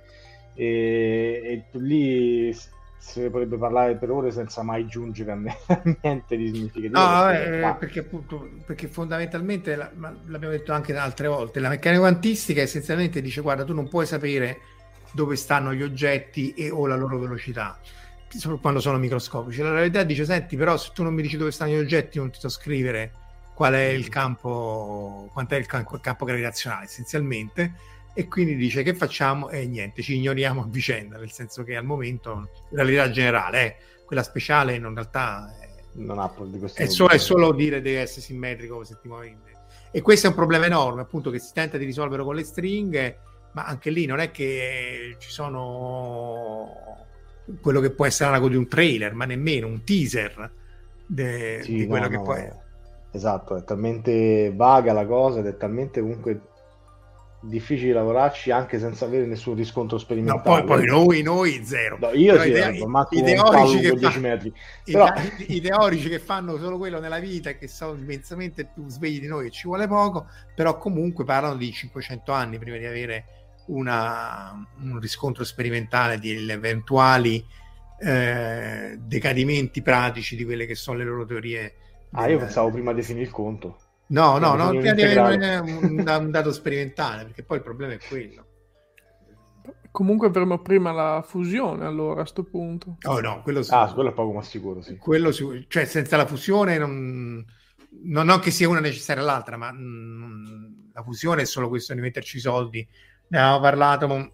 e, e lì si potrebbe parlare per ore senza mai giungere a niente di significativo. No, eh, perché appunto perché fondamentalmente la, l'abbiamo detto anche altre volte, la meccanica quantistica essenzialmente dice guarda, tu non puoi sapere dove stanno gli oggetti e o la loro velocità quando sono microscopici. La realtà dice senti, però se tu non mi dici dove stanno gli oggetti non ti so scrivere qual è il campo, quant'è il campo, il campo gravitazionale essenzialmente. E quindi dice che facciamo? E niente, ci ignoriamo a vicenda, nel senso che al momento la realtà generale è quella speciale, in realtà è, non ha di è, solo, è solo dire deve essere simmetrico se ti muovi. E questo è un problema enorme, appunto, che si tenta di risolvere con le stringhe, ma anche lì non è che ci sono quello che può essere l'anaco di un trailer, ma nemmeno un teaser de, sì, di quello no, che no, può è, esatto, è talmente vaga la cosa ed è talmente comunque difficile lavorarci anche senza avere nessun riscontro sperimentale. No, poi, poi noi, noi zero. No, io però sì, idea, i, i teorici che dieci fa, metri. I, Però... i teorici che fanno solo quello nella vita e che sono immensamente più svegli di noi e ci vuole poco, però comunque parlano di cinquecento anni prima di avere una, un riscontro sperimentale di eventuali eh, decadimenti pratici di quelle che sono le loro teorie. Ah, del, io pensavo prima di finire il conto. No, no, no, prima di avere un, un dato sperimentale, perché poi il problema è quello. Comunque avremo prima la fusione, allora, a sto punto. Oh no, quello sì. Ah, quello è poco ma sicuro, sì. Quello sì, cioè senza la fusione non, non, non che sia una necessaria all'altra, ma mh, la fusione è solo questione di metterci i soldi. Ne avevamo parlato un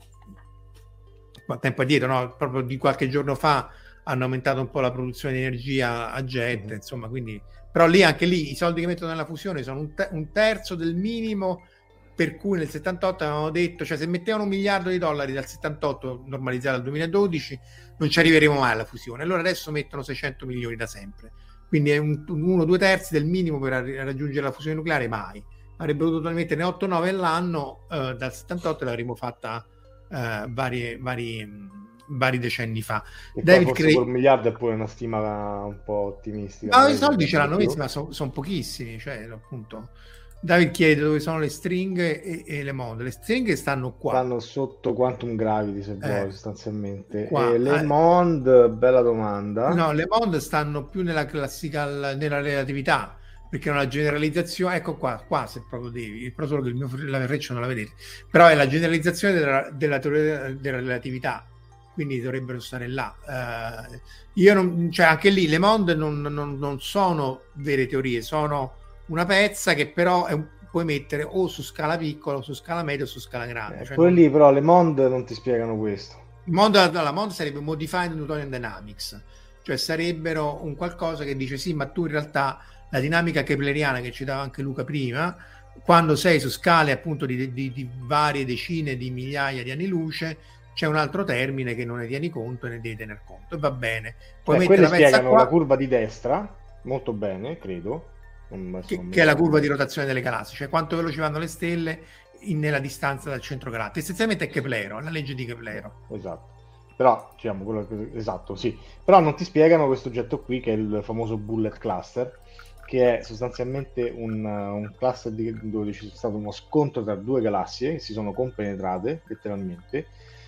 tempo addietro, no? Proprio di qualche giorno fa hanno aumentato un po' la produzione di energia a jet, mm-hmm. insomma, quindi... Però lì, anche lì, i soldi che mettono nella fusione sono un, te- un terzo del minimo, per cui nel settantotto avevamo detto, cioè se mettevano un miliardo di dollari dal settantotto normalizzato al duemiladodici non ci arriveremo mai alla fusione. Allora adesso mettono seicento milioni da sempre. Quindi è un, un uno, due terzi del minimo per ar- raggiungere la fusione nucleare, mai. Avrebbero dovuto metterne otto nove all'anno, eh, dal settantotto l'avremmo fatta eh, varie, vari... vari decenni fa. E David forse Craig... un miliardo è pure una stima un po' ottimistica. Ma i soldi ce l'hanno messi, ma sono son pochissimi, cioè appunto. David chiede dove sono le stringhe e, e le monde. Le stringhe stanno qua. Stanno sotto Quantum Gravity, se eh, vuoi, sostanzialmente. Qua, e le eh. monde, bella domanda. No, le monde stanno più nella classical, nella relatività, perché è una generalizzazione, ecco qua, qua se proprio devi, però solo che il mio la freccia non la vedete, però è la generalizzazione della, della teoria della relatività, quindi dovrebbero stare là. Uh, io non, cioè anche lì le monde non, non, non sono vere teorie, sono una pezza che però è un, puoi mettere o su scala piccola o su scala media o su scala grande. Eh, cioè poi non... lì però le monde non ti spiegano questo. Il mondo, la monde sarebbe Modified Newtonian Dynamics, cioè sarebbero un qualcosa che dice sì, ma tu in realtà la dinamica kepleriana che ci dava anche Luca prima, quando sei su scale appunto di, di, di varie decine di migliaia di anni luce, c'è un altro termine che non ne tieni conto e ne devi tener conto, e va bene. Poi eh, mettere la pezza spiegano qua, la curva di destra molto bene, credo, che, che è la curva di rotazione delle galassie, cioè quanto veloci vanno le stelle in, nella distanza dal centro galattico. Essenzialmente è Keplero, la legge di Keplero. Esatto. Però, diciamo, quello che... esatto, sì. Però non ti spiegano questo oggetto qui, che è il famoso Bullet Cluster, che è sostanzialmente un, un cluster di, dove c'è stato uno scontro tra due galassie che si sono compenetrate, letteralmente,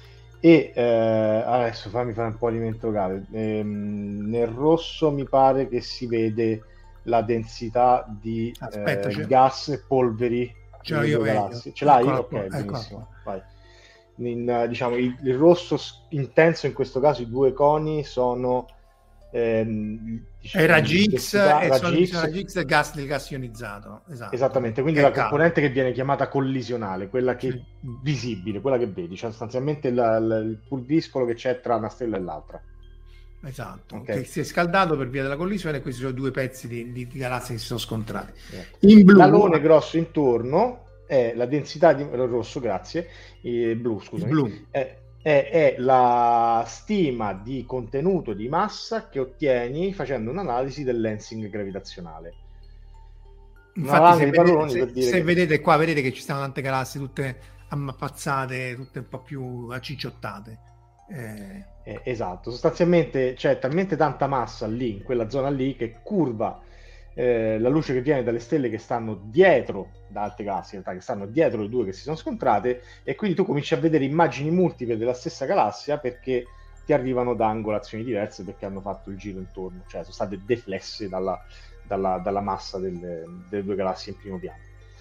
e eh, adesso fammi fare un po' di mente locale. Ehm, nel rosso mi pare che si vede la densità di Aspetta, eh, c'è... gas e polveri ce l'ho delle io due meglio. galassie. Ce l'hai? Eccola Ok, qua, eccola benissimo. qua. Vai. In, diciamo, il, il rosso s- intenso, in questo caso i due coni sono ehm, diciamo, È raggi X l'intensità- e raggi sono X. raggi X del gas, del gas ionizzato. Esatto. Esattamente, quindi Che la è caldo. componente che viene chiamata collisionale, quella che Sì. visibile, quella che vedi, cioè sostanzialmente la- la- il pulviscolo che c'è tra una stella e l'altra. Esatto, Ok. che si è scaldato per via della collisione e questi sono due pezzi di, di, di galassie che si sono scontrati. Eh. In blu, L'alone grosso intorno è la densità di rosso, grazie, eh, blu, il scusami, blu. è, è- è la stima di contenuto di massa che ottieni facendo un'analisi del lensing gravitazionale. Una Infatti, valanga se, di vedete, palloni se, per dire se che- vedete qua, vedete che ci stanno tante galassie tutte ammappazate, tutte un po' più acicciottate. Eh, Eh, esatto, sostanzialmente c'è talmente tanta massa lì, in quella zona lì, che curva eh, la luce che viene dalle stelle che stanno dietro, da altre galassie in realtà, che stanno dietro le due che si sono scontrate, e quindi tu cominci a vedere immagini multiple della stessa galassia perché ti arrivano da angolazioni diverse, perché hanno fatto il giro intorno, cioè sono state deflesse dalla, dalla, dalla massa delle, delle due galassie in primo piano.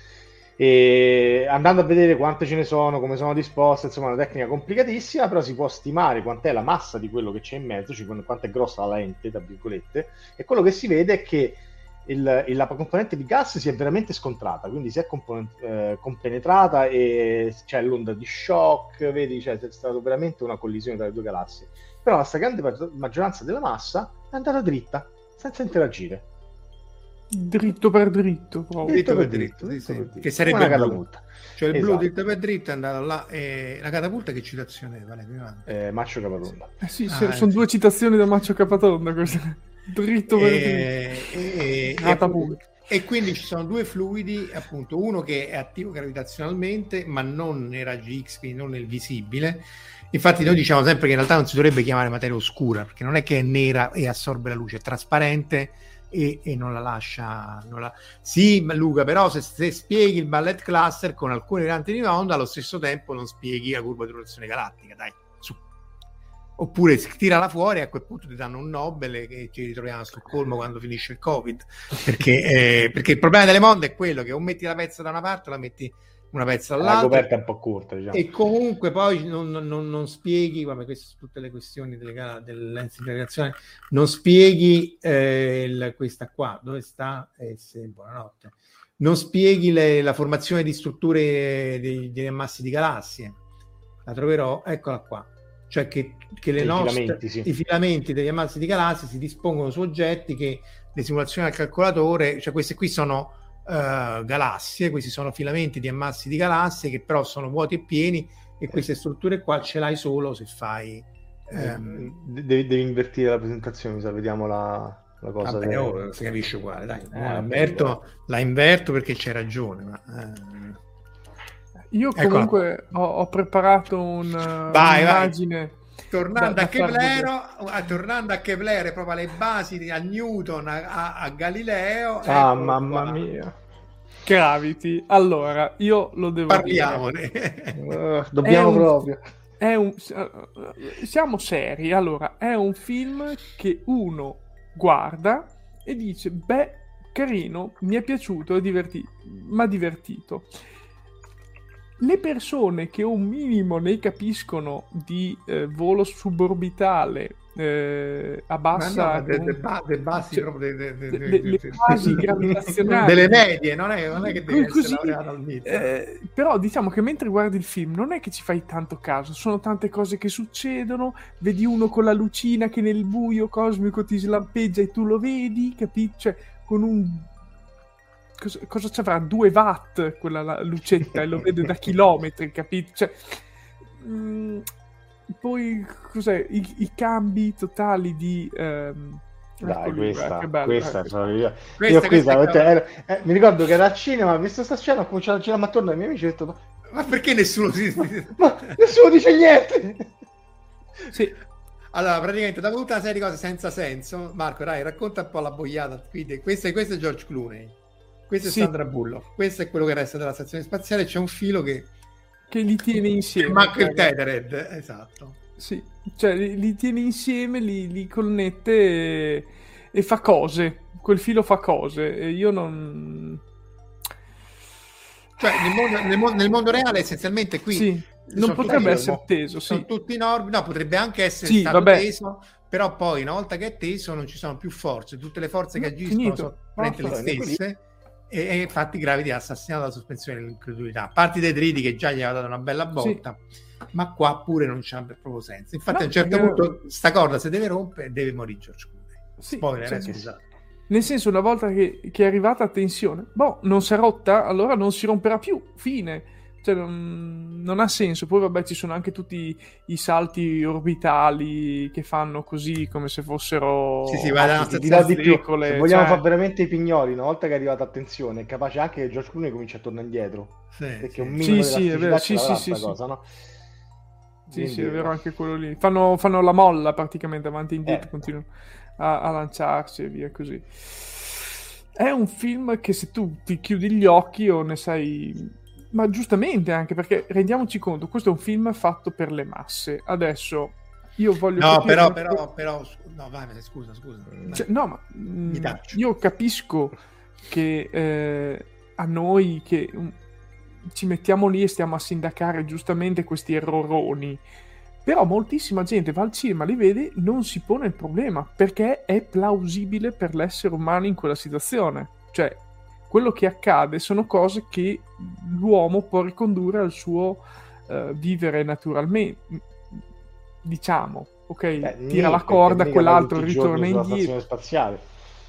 E andando a vedere quante ce ne sono, come sono disposte, insomma è una tecnica complicatissima, però si può stimare quant'è la massa di quello che c'è in mezzo, cioè quanto è grossa la lente, tra virgolette, e quello che si vede è che il, il- la componente di gas si è veramente scontrata, quindi si è compon- eh, compenetrata e c'è l'onda di shock, vedi, cioè c'è stata veramente una collisione tra le due galassie, però la stragrande ma- maggioranza della massa è andata dritta, senza interagire. Dritto per dritto, proprio. Dritto per dritto, dritto, sì, dritto sì. per dritto. Che sarebbe Come il una blu. catapulta. Cioè il blu Esatto. dritto per dritto è andato là e la catapulta che citazione è? Vale, prima. Eh, Maccio Capatonda. Eh sì, Ah, se- eh, sono sì. due citazioni da Maccio Capatonda, queste. Dritto per dritto. e, e- e Catapulta. appunto- e quindi ci sono due fluidi, appunto uno che è attivo gravitazionalmente ma non nei raggi X, quindi non nel visibile. Infatti noi diciamo sempre che in realtà non si dovrebbe chiamare materia oscura, perché non è che è nera e assorbe la luce, è trasparente e, e non la lascia non la... Sì, ma Luca, però se, se spieghi il ballet cluster con alcune grandi di onda, allo stesso tempo non spieghi la curva di rotazione galattica, dai, su. Oppure tirala fuori e a quel punto ti danno un Nobel che ci ritroviamo a Stoccolma quando finisce il Covid, perché, eh, perché il problema delle monde è quello che o metti la pezza da una parte o la metti una pezza La dall'altra, coperta è un po' corta, diciamo. e comunque poi non, non- non- non spieghi, vabbè, queste sono tutte le questioni delle, ga- del lens di gravitazione, non spieghi eh, il- questa qua, dove sta? Eh, sì, buonanotte. Non spieghi le- la formazione di strutture dei, degli ammassi di galassie. La troverò, eccola qua. Cioè che, che le I nostre, filamenti, sì. i filamenti degli ammassi di galassie si dispongono su oggetti che le simulazioni al calcolatore, cioè queste qui sono eh, galassie, questi sono filamenti di ammassi di galassie che però sono vuoti e pieni, e queste strutture qua ce l'hai solo se fai ehm, devi, devi invertire la presentazione, mi sa, vediamo la, la cosa. vabbè, che- oh, si capisce uguale, dai, Eh, la, inverto, la inverto perché c'è ragione, ma eh. Io Eccola comunque ho, ho preparato un, Vai, un'immagine. tornando da- a da far Keplero, a- tornando a Keplero, proprio alle basi di- a Newton, a, a- a Galileo. Ah, eccolo mamma qua. mia. Gravity. Allora, io lo devo Parliamone. Eh, dobbiamo È un- proprio. dire. È un, siamo seri. Allora, è un film che uno guarda e dice, beh, carino, mi è piaciuto, è divertito, mi ha divertito. Le persone che un minimo ne capiscono di eh, volo suborbitale eh, a bassa... Ma no, de- de- comunque- ba- de basi cioè, proprio de- de- de- le- de- le de- basi gravitazionali. delle medie, non è, non è che devi Così, essere laureato al M I T. eh, però diciamo che mentre guardi il film non è che ci fai tanto caso, sono tante cose che succedono, vedi uno con la lucina che nel buio cosmico ti slampeggia e tu lo vedi, capi? Cioè con un... Cosa, cosa ci avrà? Due watt quella la- lucetta e lo vede da chilometri, capito? Cioè, mm, poi cos'è? I, i cambi totali di... ehm, Dai, ecco lì, questa, guarda, che bello, questa eh, è proprio... Questa- Io questa qui, è cioè, ero- eh, mi ricordo che era al cinema, ho visto sta scena, ho cominciato a girare attorno ai miei amici e ho detto, ma, Ma perché nessuno si... ma nessuno dice niente! Sì. Allora, praticamente, dopo tutta una serie di cose senza senso, Marco, dai, racconta un po' la boiata. Quindi, questo, è, questo è George Clooney, questo è Sì. Sandra Bullock, questo è quello che resta della stazione spaziale, c'è un filo che... Che li tiene insieme. manca il raga. Tethered, esatto. Sì, cioè li, li tiene insieme, li, li connette e, e fa cose, quel filo fa cose, e io non... Cioè, nel mondo, nel mondo, nel mondo reale, essenzialmente, qui sì, non potrebbe tutti, essere teso. Sono sì. tutti normi, no, potrebbe anche essere sì, stato vabbè. teso, però poi, una volta che è teso, non ci sono più forze. Tutte le forze che No, agiscono finito. sono praticamente No, le stesse, e, e infatti gravi di assassinato dalla sospensione dell'incredulità. A parte dei Detriti che già gli aveva dato una bella botta, sì. Ma qua pure non c'ha proprio senso. Infatti, no, a un certo perché... punto, sta corda se deve rompere, deve morire George Clooney. Sì, Spoiler, sì, eh, sì. Nel senso, una volta che, che è arrivata a tensione, boh, non si è rotta, allora non si romperà più, fine. Cioè, non, non ha senso. Poi vabbè, ci sono anche tutti i salti orbitali che fanno così, come se fossero... Sì, sì, va ah, ti dirò di più. Se vogliamo cioè... fare veramente i pignoli, una volta che è arrivata a tensione, è capace anche che George Clooney comincia a tornare indietro. Sì, perché sì. un minimo sì, di elasticità sì, sì, sì, sì, cosa, sì. no? Sì, Quindi... sì, è vero anche quello lì. Fanno, fanno la molla praticamente avanti e indietro, eh. continuano a, a lanciarsi e via così. È un film che se tu ti chiudi gli occhi o ne sai... Ma giustamente anche, perché rendiamoci conto, questo è un film fatto per le masse. Adesso io voglio no, capire... però, però, però... No, vai, scusa, scusa. Cioè, no, ma mh, io capisco che eh, a noi che... Um, ci mettiamo lì e stiamo a sindacare giustamente questi erroroni, però moltissima gente va al cinema, li vede, non si pone il problema perché è plausibile per l'essere umano in quella situazione. Cioè, quello che accade sono cose che l'uomo può ricondurre al suo uh, vivere naturalmente, diciamo, ok? Beh, tira la corda, quell'altro ritorna indietro. Spaziale.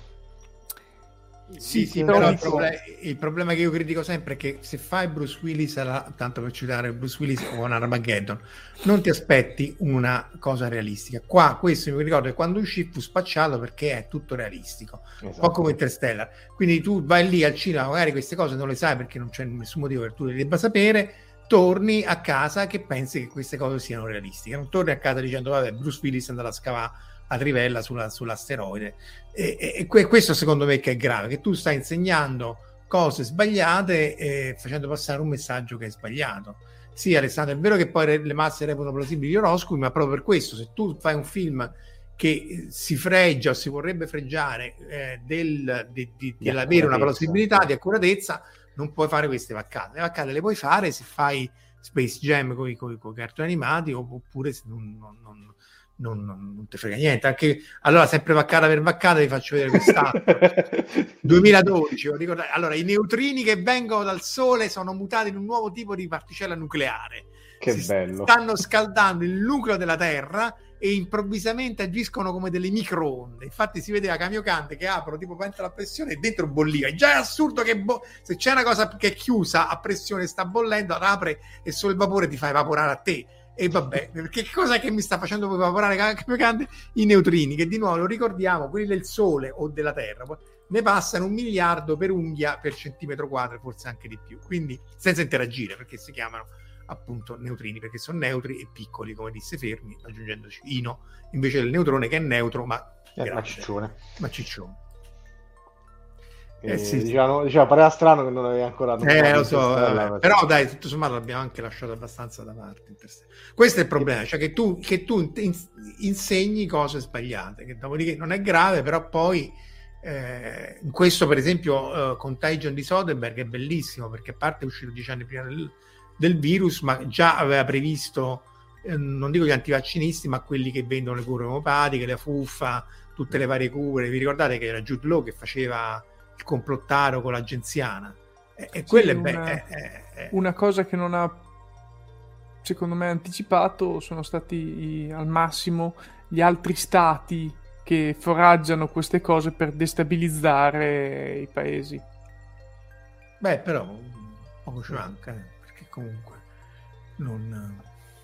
Sì, sì, però il problema, il problema che io critico sempre è che se fai Bruce Willis, alla, tanto per citare Bruce Willis o un Armageddon, non ti aspetti una cosa realistica. Qua questo mi ricordo che quando uscì fu spacciato perché è tutto realistico, esatto. Un po' come Interstellar. Quindi tu vai lì al cinema, magari queste cose non le sai perché non c'è nessun motivo per tu le debba sapere, torni a casa che pensi che queste cose siano realistiche, non torni a casa dicendo vabbè, Bruce Willis è andato a scavare a trivella sulla, sull'asteroide e, e, e questo secondo me che è grave, che tu stai insegnando cose sbagliate e facendo passare un messaggio che è sbagliato. Sì, Alessandro, è vero che poi le masse reputano plausibili gli oroscopi, ma proprio per questo, se tu fai un film che si fregia o si vorrebbe fregiare eh, del, di, di, di avere una plausibilità, di accuratezza, non puoi fare queste vaccate. Le vaccate le puoi fare se fai Space Jam con i cartoni animati, oppure se non, non, non Non, non, non ti frega niente. Anche allora, sempre vaccata per vaccata, vi faccio vedere quest'altro duemiladodici. Allora, i neutrini che vengono dal sole sono mutati in un nuovo tipo di particella nucleare. Che si bello. Stanno scaldando il nucleo della Terra e improvvisamente agiscono come delle microonde. Infatti si vedeva Kamiokande che aprono tipo pentola a pressione e dentro bolliva. È già assurdo che bo- se c'è una cosa che è chiusa a pressione sta bollendo, apre e solo il vapore ti fa evaporare a te. E vabbè, perché che cosa che mi sta facendo evaporare Kamiokande? I neutrini, che di nuovo lo ricordiamo, quelli del Sole o della Terra, ne passano un miliardo per unghia per centimetro quadro, forse anche di più, quindi senza interagire, perché si chiamano appunto neutrini, perché sono neutri e piccoli, come disse Fermi, aggiungendoci ino, invece del neutrone che è neutro, ma eh, ma ciccione. Ma ciccione. Eh, sì, diciamo, diciamo, pareva strano che non avevi ancora eh lo so, eh, però dai, tutto sommato l'abbiamo anche lasciato abbastanza da parte. Questo è il problema, cioè che tu, che tu in, insegni cose sbagliate, che dopodiché non è grave, però poi eh, in questo per esempio uh, Contagion di Soderbergh è bellissimo, perché a parte è uscito dieci anni prima del, del virus, ma già aveva previsto eh, non dico gli antivaccinisti, ma quelli che vendono le cure omopatiche, la fuffa, tutte le varie cure. Vi ricordate che era Jude Law che faceva il complottaro con l'agenziana, e, e quello sì, è, una, è, è, è una cosa che non ha, secondo me, anticipato sono stati i, al massimo gli altri stati che foraggiano queste cose per destabilizzare i paesi. Beh, però poco ci manca, eh, perché comunque non...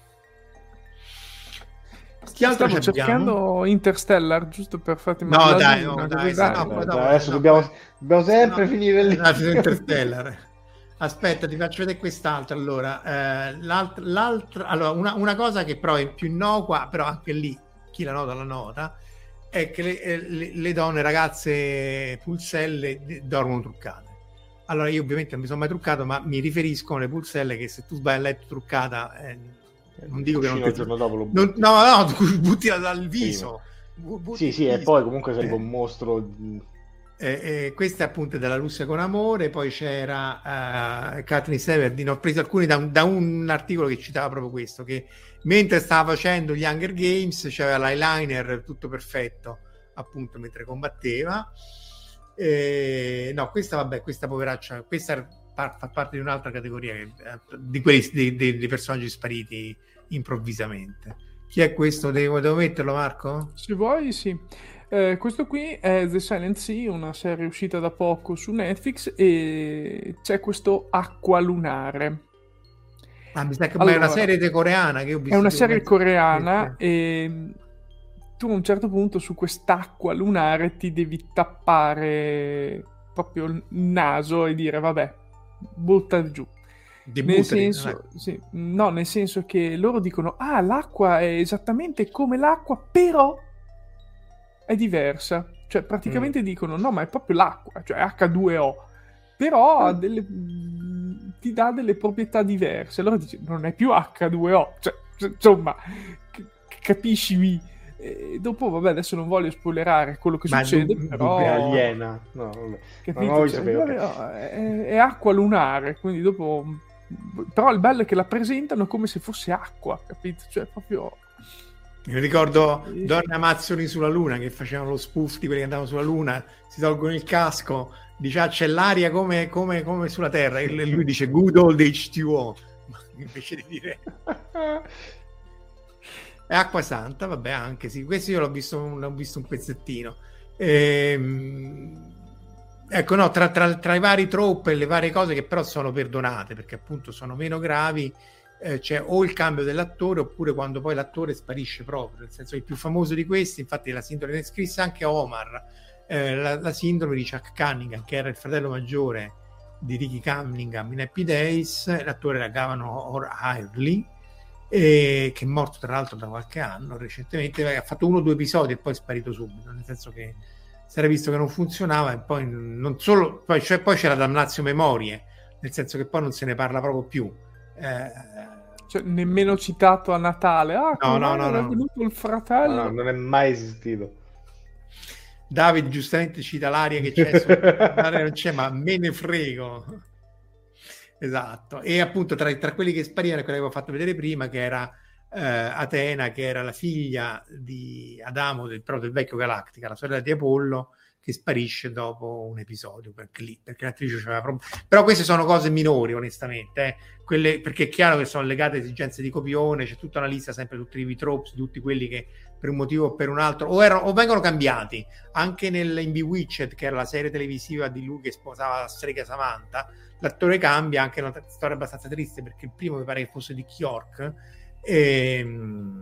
Chi altro Stavo cercando Interstellar giusto per farti no dai, no, dai, dai, no, no, dai adesso no, dobbiamo, poi... dobbiamo sempre no, finire lì. Interstellar. Aspetta, ti faccio vedere quest'altro. Allora, eh, l'altro, l'altro, allora una, una cosa che però è più innocua, però anche lì chi la nota la nota, è che le, le, le donne, ragazze pulselle dormono truccate. Allora io ovviamente non mi sono mai truccato, ma mi riferisco alle pulselle che se tu vai a letto truccata, eh, non dico che non ti giorno dopo lo non, no no tu butti dal viso, V- sì, sì, e poi comunque sarebbe un mostro. Eh, eh, questa è appunto della Russia con amore. Poi c'era uh, Katniss Everdeen, ho preso alcuni da un, da un articolo che citava proprio questo, che mentre stava facendo gli Hunger Games c'aveva l'eyeliner tutto perfetto appunto mentre combatteva. Eh, no, questa vabbè, questa poveraccia, questa fa, fa parte di un'altra categoria che, di quelli dei, dei, dei personaggi spariti improvvisamente. Chi è questo? Devo, devo metterlo, Marco? Se vuoi, sì. Eh, questo qui è The Silent Sea, una serie uscita da poco su Netflix, e c'è questo Acqua Lunare. Ah, mi sa che allora, è una serie coreana che ho visto. È una serie coreana e tu a un certo punto su quest'acqua lunare ti devi tappare proprio il naso e dire vabbè, butta giù. Di nel buttari, senso, sì, no, nel senso che loro dicono ah, l'acqua è esattamente come l'acqua, però è diversa. Cioè praticamente mm. dicono no, ma è proprio l'acqua, cioè acca due o, però ha delle, ti dà delle proprietà diverse. Allora dici non è più acca due o, cioè insomma capisci. E dopo vabbè, adesso non voglio spoilerare quello che ma succede, du- però è aliena, no, vabbè. Capito? Non Cioè, sapere, vabbè, okay. è, è acqua lunare, quindi dopo però il bello è che la presentano come se fosse acqua, capito? Cioè proprio mi ricordo sì. Donne Amazzoni sulla Luna che facevano lo spoof di quelli che andavano sulla Luna, si tolgono il casco, dice ah, c'è l'aria come, come, come sulla Terra, e lui dice good old H two O invece di dire è acqua santa, vabbè, anche sì, questo io l'ho visto, l'ho visto un pezzettino. Ehm, ecco, no, tra, tra, tra i vari trope e le varie cose che però sono perdonate perché appunto sono meno gravi, eh, c'è o il cambio dell'attore oppure quando poi l'attore sparisce proprio, nel senso il più famoso di questi, infatti la sindrome ne scrisse anche Omar, eh, la, la sindrome di Chuck Cunningham, che era il fratello maggiore di Ricky Cunningham in Happy Days, l'attore era Gavin O'Hirley, e che è morto tra l'altro da qualche anno recentemente, ha fatto uno o due episodi e poi è sparito subito, nel senso che si era visto che non funzionava e poi non solo, poi, cioè, poi c'era damnatio memorie, nel senso che poi non se ne parla proprio più, eh, cioè nemmeno citato a Natale, ah no no no, è no. venuto il fratello, no, no, non è mai esistito. David giustamente cita l'aria che c'è, l'aria non c'è, ma me ne frego. Esatto, e appunto tra, tra quelli che sparivano, quella che avevo fatto vedere prima, che era eh, Atena, che era la figlia di Adamo, del, però del vecchio Galactica, la sorella di Apollo, che sparisce dopo un episodio, perché, lì, perché l'attrice c'aveva proprio... Però queste sono cose minori, onestamente, eh. Quelle, perché è chiaro che sono legate a esigenze di copione, c'è tutta una lista sempre tutti i tropes, tutti quelli che per un motivo o per un altro o, erano, o vengono cambiati. Anche nel in Bewitched, che era la serie televisiva di lui che sposava la strega Samantha, l'attore cambia, anche una storia abbastanza triste perché il primo mi pare che fosse di York e,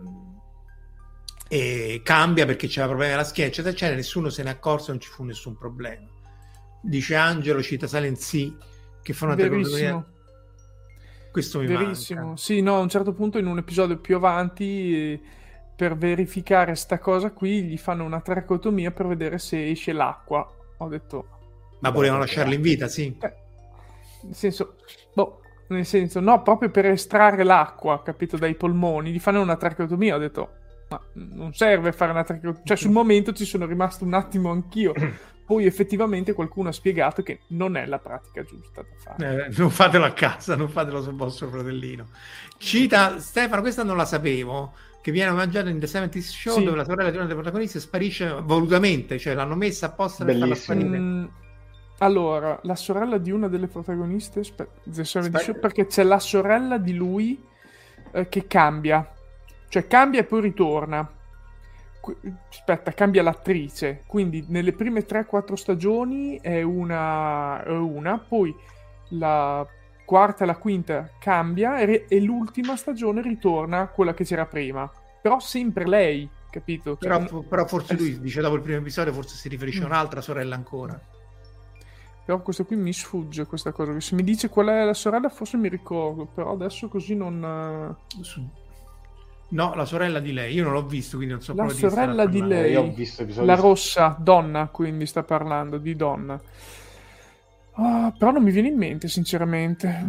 e cambia perché c'era problemi alla schiena eccetera eccetera, nessuno se ne accorse, non ci fu nessun problema. Dice Angelo, cita Silent Sea che fa una verissimo, questo mi verissimo manca. Sì, no, a un certo punto in un episodio più avanti per verificare sta cosa qui gli fanno una tracheotomia per vedere se esce l'acqua. Ho detto ma volevano lasciarlo in vita, sì, eh. Nel senso, boh, nel senso, no, proprio per estrarre l'acqua, capito, dai polmoni, gli fanno una tracheotomia. Ho detto, ma non serve fare una tracheotomia. Cioè, sul momento ci sono rimasto un attimo anch'io. Poi effettivamente qualcuno ha spiegato che non è la pratica giusta da fare. Eh, non fatelo a casa, non fatelo sul vostro fratellino. Cita Stefano, questa non la sapevo, che viene mangiata in The seventies Show, sì, dove la sorella di una delle protagoniste sparisce volutamente, cioè l'hanno messa apposta per farla sparire. Mm. Allora, la sorella di una delle protagoniste, aspetta, Show, perché c'è la sorella di lui eh, che cambia, cioè cambia e poi ritorna. Qu- aspetta, cambia l'attrice, quindi nelle prime tre quattro stagioni è una, è una, poi la quarta e la quinta cambia e, e l'ultima stagione ritorna quella che c'era prima, però sempre lei, capito? Cioè, però, però forse lui eh, dice dopo il primo episodio forse si riferisce a un'altra sorella ancora. Però questo qui mi sfugge, questa cosa. Se mi dice qual è la sorella forse mi ricordo, però adesso così non... No, la sorella di lei, io non l'ho visto, quindi non so la proprio sorella di lei, io ho visto episodi... la rossa, donna, quindi sta parlando di donna. Oh, però non mi viene in mente, sinceramente,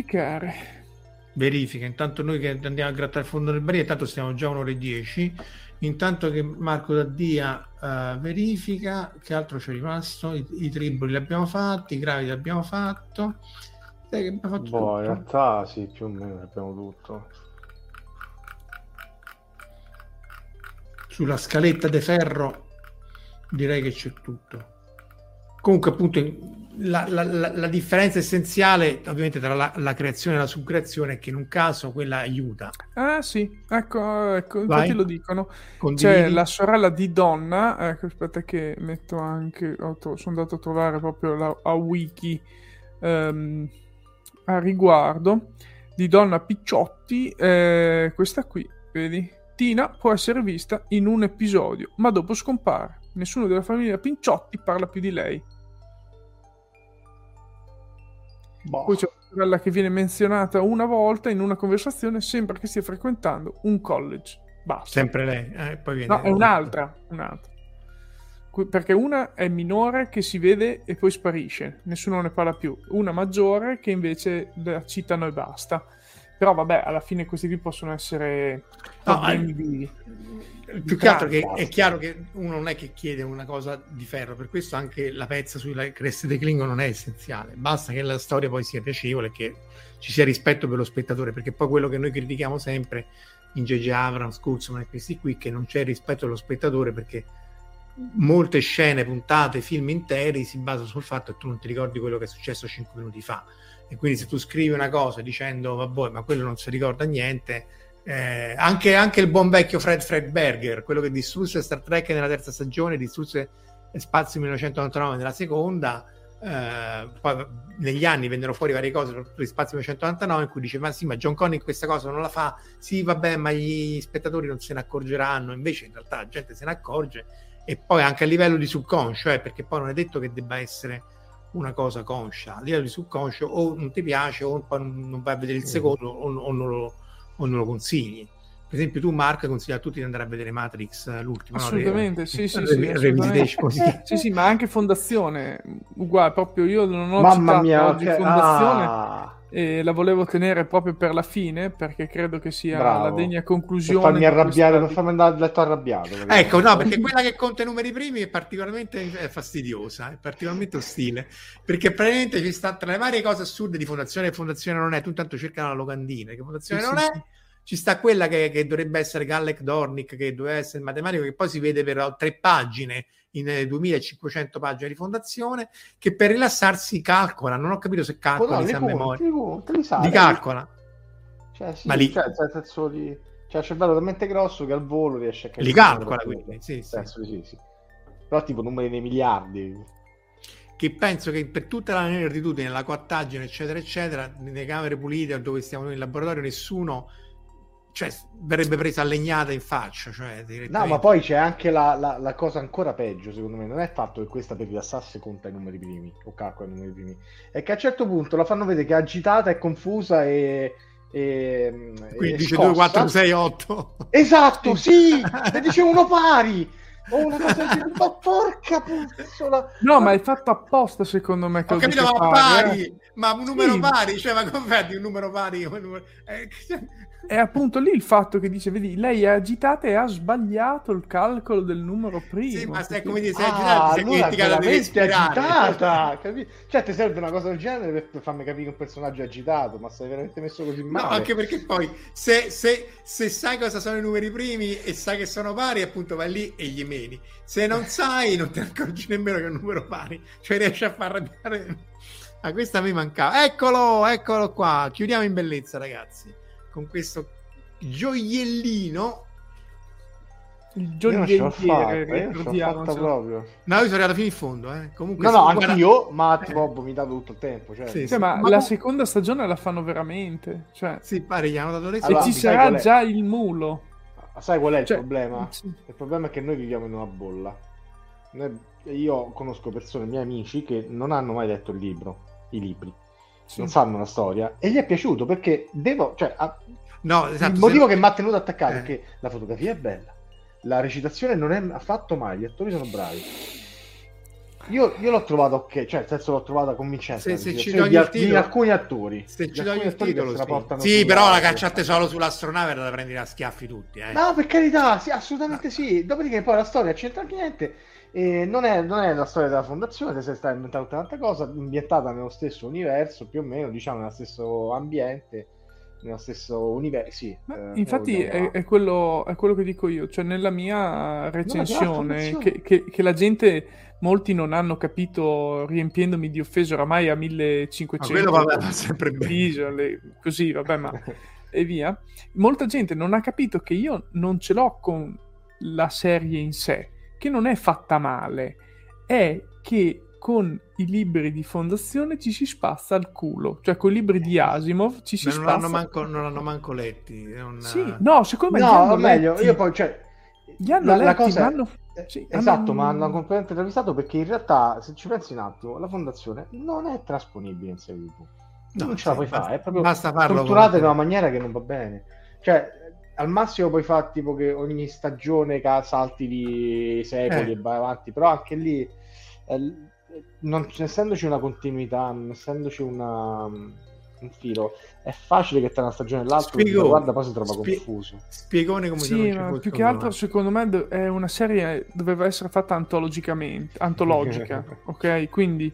verificare. Verifica, intanto noi che andiamo a grattare il fondo del barile, intanto stiamo già un'ora e dieci, Intanto che Marco Daddia uh, verifica, che altro c'è rimasto? I, i triboli li abbiamo fatti, i gravi li abbiamo fatto. Dai, che abbiamo fatto boh, tutto. In realtà sì, più o meno abbiamo tutto. Sulla scaletta de ferro direi che c'è tutto. Comunque appunto la, la, la, la differenza essenziale ovviamente tra la, la creazione e la subcreazione è che in un caso quella aiuta. Ah sì, ecco, ecco infatti lo dicono. Condividi. C'è la sorella di Donna, ecco, aspetta che metto anche, sono andato a trovare proprio la, a wiki um, a riguardo, di Donna Picciotti, eh, questa qui, vedi? Tina può essere vista in un episodio, ma dopo scompare. Nessuno della famiglia Picciotti parla più di lei. Boh. Poi c'è una sorella che viene menzionata una volta in una conversazione, sembra che stia frequentando un college. Basta. Sempre lei. Eh, poi viene No, è un'altra, un'altra. Perché una è minore che si vede e poi sparisce, nessuno ne parla più. Una maggiore che invece la citano e basta. Però vabbè, alla fine questi qui possono essere problemi no, di... più che altro che è chiaro che uno non è che chiede una cosa di ferro, per questo anche la pezza sulle creste dei Klingon non è essenziale, basta che la storia poi sia piacevole, che ci sia rispetto per lo spettatore, perché poi quello che noi critichiamo sempre in J J Abrams, Kurtzman e questi qui, che non c'è rispetto dello spettatore, perché molte scene, puntate, film interi si basano sul fatto che tu non ti ricordi quello che è successo cinque minuti fa, e quindi se tu scrivi una cosa dicendo vabbè ma quello non si ricorda niente, eh, anche, anche il buon vecchio Fred Fredberger, quello che distrusse Star Trek nella terza stagione, distrusse Spazio millenovecentonovantanove nella seconda, eh, poi negli anni vennero fuori varie cose soprattutto di Spazio millenovecentonovantanove in cui diceva sì ma John Connick questa cosa non la fa, sì vabbè ma gli spettatori non se ne accorgeranno, invece in realtà la gente se ne accorge, e poi anche a livello di subconscio, eh, perché poi non è detto che debba essere una cosa conscia, a livello di subconscio o non ti piace o poi non, non vai a vedere il secondo o, o, non lo, o non lo consigli. Per esempio tu Mark consigli a tutti di andare a vedere Matrix l'ultimo, assolutamente, no? sì, sì, Re- sì, Re- assolutamente. sì sì ma anche Fondazione uguale, proprio io non ho Mamma citato mia, oggi che... Fondazione ah. e la volevo tenere proprio per la fine perché credo che sia Bravo. la degna conclusione per farmi arrabbiare, questa... per farmi andare a letto arrabbiato, ecco no perché quella che conta i numeri primi è particolarmente fastidiosa, è particolarmente ostile, perché praticamente ci sta tra le varie cose assurde di Fondazione, e Fondazione non è, tu intanto cercano la locandina che Fondazione sì, non sì, è sì. Ci sta quella che, che dovrebbe essere Galec Dornick, che doveva essere il matematico, che poi si vede per tre pagine in duemilacinquecento pagine di Fondazione, che per rilassarsi calcola, non ho capito se calcola, oh, no, a memoria li sa, li calcola, cioè, sì, ma li cioè, nel senso di... cioè, il cervello talmente grosso che al volo riesce a li calcola, quindi sì, sì. Penso, sì, sì. Però tipo numeri nei miliardi, che penso che per tutta la nerditudine, la quattagine eccetera eccetera, nelle camere pulite dove stiamo noi in laboratorio, nessuno cioè verrebbe presa a legnata in faccia, cioè no, ma poi c'è anche la, la, la cosa ancora peggio, secondo me, non è il fatto che questa per rilassarsi conta i numeri primi o calcola i numeri primi, è che a un certo punto la fanno vedere che è agitata, è confusa e e quindi e dice scossa. due, quattro, sei, otto esatto, sì, e dice uno pari o una cosa di... ma porca puzzola, no ma è fatto apposta secondo me che ho capito, ma pari, pari, eh? ma un numero sì. pari, cioè ma come fai un numero pari un numero... Eh, è appunto lì il fatto che dice vedi lei è agitata e ha sbagliato il calcolo del numero primo, sì ma se come dire, sei ah, agitata, sei allora dimenticata di respirare, agitata, capi? Cioè ti serve una cosa del genere per, per farmi capire che un personaggio è agitato, ma sei veramente messo così male? No, anche perché poi se, se, se sai cosa sono i numeri primi e sai che sono pari, appunto vai lì e gli meni, se non sai non ti accorgi nemmeno che è un numero pari, cioè riesci a far arrabbiare. Ah, questa a me mancava, eccolo, eccolo qua, chiudiamo in bellezza ragazzi con questo gioiellino. Il gioielliere, ricordiamo proprio. No, io sono arrivato fino in fondo, eh. Comunque no, no, guarda... anch'io, ma eh. ho vomitato tutto il tempo. Cioè, sì, sì, sì, ma, ma la ma... seconda stagione la fanno veramente. Cioè... Sì, pare gli hanno dato le allora, e ci sarà già il mulo. Sai qual è il cioè, problema? Sì. Il problema è che noi viviamo in una bolla. Io conosco persone, miei amici, che non hanno mai letto il libro, i libri. Sì. Non sanno la storia. E gli è piaciuto perché devo... Cioè, no, esatto, il motivo se... che mi ha tenuto attaccato eh. è che la fotografia è bella, la recitazione non è affatto male, gli attori sono bravi, Io, io l'ho trovato ok, cioè nel senso l'ho trovata convincente. Se, se ci di, togli il titolo, di alcuni attori. Se ci di togli il titolo, sì, sì, però la caccia al tesoro sull'astronave era da prendere a schiaffi tutti. Eh. No, per carità, sì, assolutamente no. Sì. Dopodiché poi la storia c'entra anche niente. E non, è, non è la storia della fondazione, se sta inventando tanta cosa, ambientata nello stesso universo, più o meno, diciamo, nello stesso ambiente. Nello stesso universo, sì. Eh, infatti è, è, quello, è quello che dico io, cioè nella mia recensione no, che, che, che la gente, molti non hanno capito, riempiendomi di offese oramai a millecinquecento ma quello va sempre bene, così vabbè, ma e via. Molta gente non ha capito che io non ce l'ho con la serie in sé, che non è fatta male, è che con i libri di fondazione ci si spazza al culo, cioè con i libri di Asimov ci si non spazza l'hanno manco, non l'hanno manco letti, è una... sì, no, secondo me no, o meglio, letti. Io poi cioè gli hanno la, letti, la cosa ma hanno... Sì, esatto, hanno... ma hanno completamente travisato, perché in realtà se ci pensi un attimo la fondazione non è trasponibile in serie tivù, no, non ce sì, la puoi basta, fare, è proprio basta farlo strutturata in una maniera che non va bene, cioè al massimo puoi fare tipo che ogni stagione salti di secoli eh. e vai avanti, però anche lì eh, non essendoci una continuità, non essendoci una, un filo, è facile che tra una stagione e l'altra Spiego, guarda, poi si trova spie- confuso. Spiegone come sì, ma più che altro secondo me è una serie doveva essere fatta antologicamente, antologica, ok? Quindi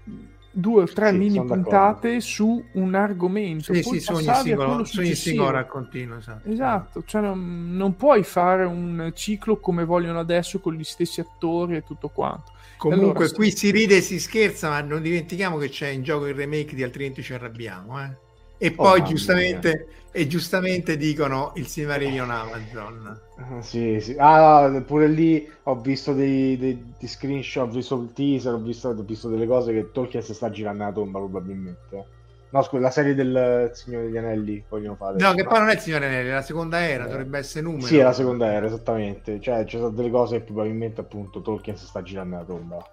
due o tre sì, mini puntate d'accordo. Su un argomento, sì, poi sì, su ogni singolo, su ogni singolo raccontino, esatto, esatto. Cioè non, non puoi fare un ciclo come vogliono adesso con gli stessi attori e tutto quanto. Comunque allora, qui si ride e si scherza, ma non dimentichiamo che c'è in gioco il remake di Altrimenti ci arrabbiamo, eh? E poi oh, giustamente e giustamente dicono il Silmarillion Amazon. Uh, sì, sì. Ah, pure lì ho visto dei, dei, dei screenshot, ho visto il teaser, ho visto, ho visto delle cose che Tolkien si sta girando nella tomba probabilmente. No, scusa, la serie del Signore degli Anelli vogliono fare. No, che no? Poi non è il Signore degli Anelli, è la seconda era, eh. dovrebbe essere numero. Sì, è la seconda era, esattamente. Cioè, ci sono delle cose che probabilmente appunto Tolkien si sta girando nella tomba.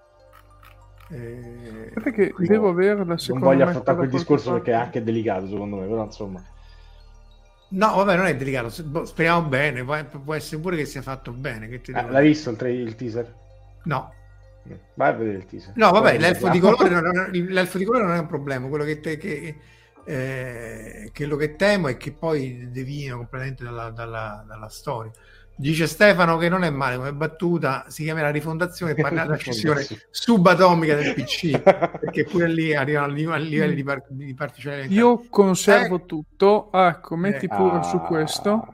Eh, perché devo avere la seconda. Non voglio affrontare quel discorso parte. Perché è anche delicato secondo me, però insomma. No, vabbè, non è delicato, speriamo bene, può, può essere pure che sia fatto bene. Che ti eh, l'hai visto il, tra- il teaser? No. Vai a vedere il teaser. No, vabbè, l'elfo di, colore non, l'elfo di colore non è un problema, quello che, te, che, eh, che lo che temo è che poi devino completamente dalla, dalla, dalla storia. Dice Stefano che non è male come battuta, si chiamerà rifondazione e parla della scissione subatomica del P C, perché pure lì arrivano a livelli di, par- di particelle. Io conservo eh. tutto, ecco, metti pure ah. su questo.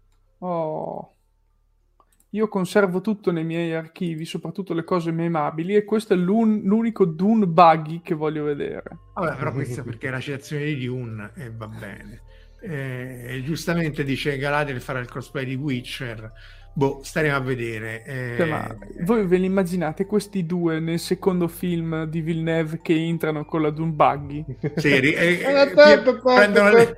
Oh. Io conservo tutto nei miei archivi, soprattutto le cose memabili, e questo è l'un- l'unico Dune buggy che voglio vedere. Vabbè, però questo è perché è la citazione di Dune e va bene. Eh, giustamente dice Galadriel farà il cosplay di Witcher. Boh, staremo a vedere. Eh... Ma voi ve li immaginate questi due nel secondo film di Villeneuve che entrano con la Dune buggy? Sì, eh, eh, prendono le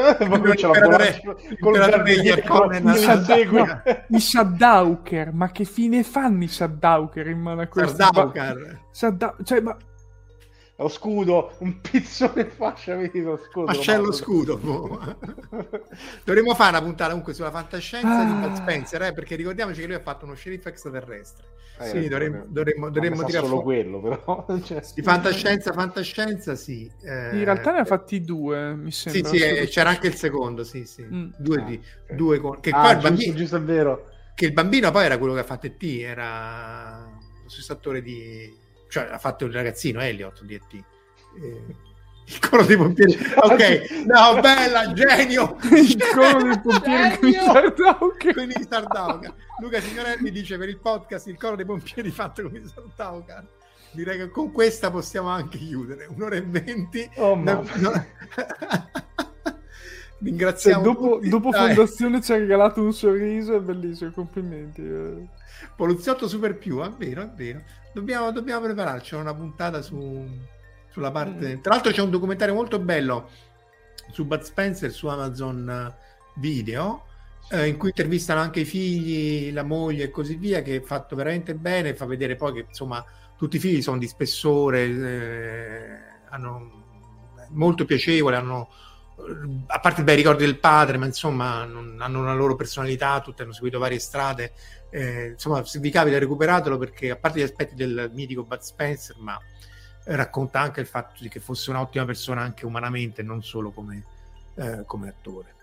i Shaddauker, ma che fine fanno i Shaddauker in mano a questi Shaddauker? Cioè, ma lo scudo, un pizzone fascia, vedi lo scudo. Ma c'è lo scudo. Boh. Dovremmo fare una puntata comunque sulla fantascienza ah. di Bud Spencer, eh, perché ricordiamoci che lui ha fatto uno sceriffo extraterrestre. Eh, sì, dovremmo, dovremmo, dovremmo tirare solo fuori. Quello, però. Cioè, di fantascienza, fantascienza, sì. Eh, in realtà ne ha fatti due, mi sembra. Sì, sì, eh, c'era anche il secondo, sì, sì. Mm. Due ah, di okay. due con... che ah, poi giusto, bambino, giusto, è vero. Che il bambino poi era quello che ha fatto E T, era lo stesso attore di, cioè ha fatto il ragazzino Elliot di E T. Il coro dei pompieri, ok, no, bella, genio, il coro dei pompieri con i Sardauca. Luca Signorelli dice per il podcast il coro dei pompieri fatto con i Sardauca. Direi che con questa possiamo anche chiudere un'ora e venti. Oh, no, no. Ringraziamo cioè, dopo, tutti, dopo Fondazione ci ha regalato un sorriso, è bellissimo, complimenti. Poliziotto Super più, è vero, è vero. Dobbiamo, dobbiamo prepararci una puntata su, sulla parte. Tra l'altro c'è un documentario molto bello su Bud Spencer su Amazon Video, eh, in cui intervistano anche i figli, la moglie e così via, che è fatto veramente bene, fa vedere poi che insomma tutti i figli sono di spessore, eh, hanno molto piacevole, hanno a parte i bei ricordi del padre, ma insomma non, hanno una loro personalità, tutti hanno seguito varie strade Eh, insomma, se vi capita recuperatelo, perché a parte gli aspetti del mitico Bud Spencer, ma racconta anche il fatto di che fosse un'ottima persona anche umanamente, non solo come, eh, come attore.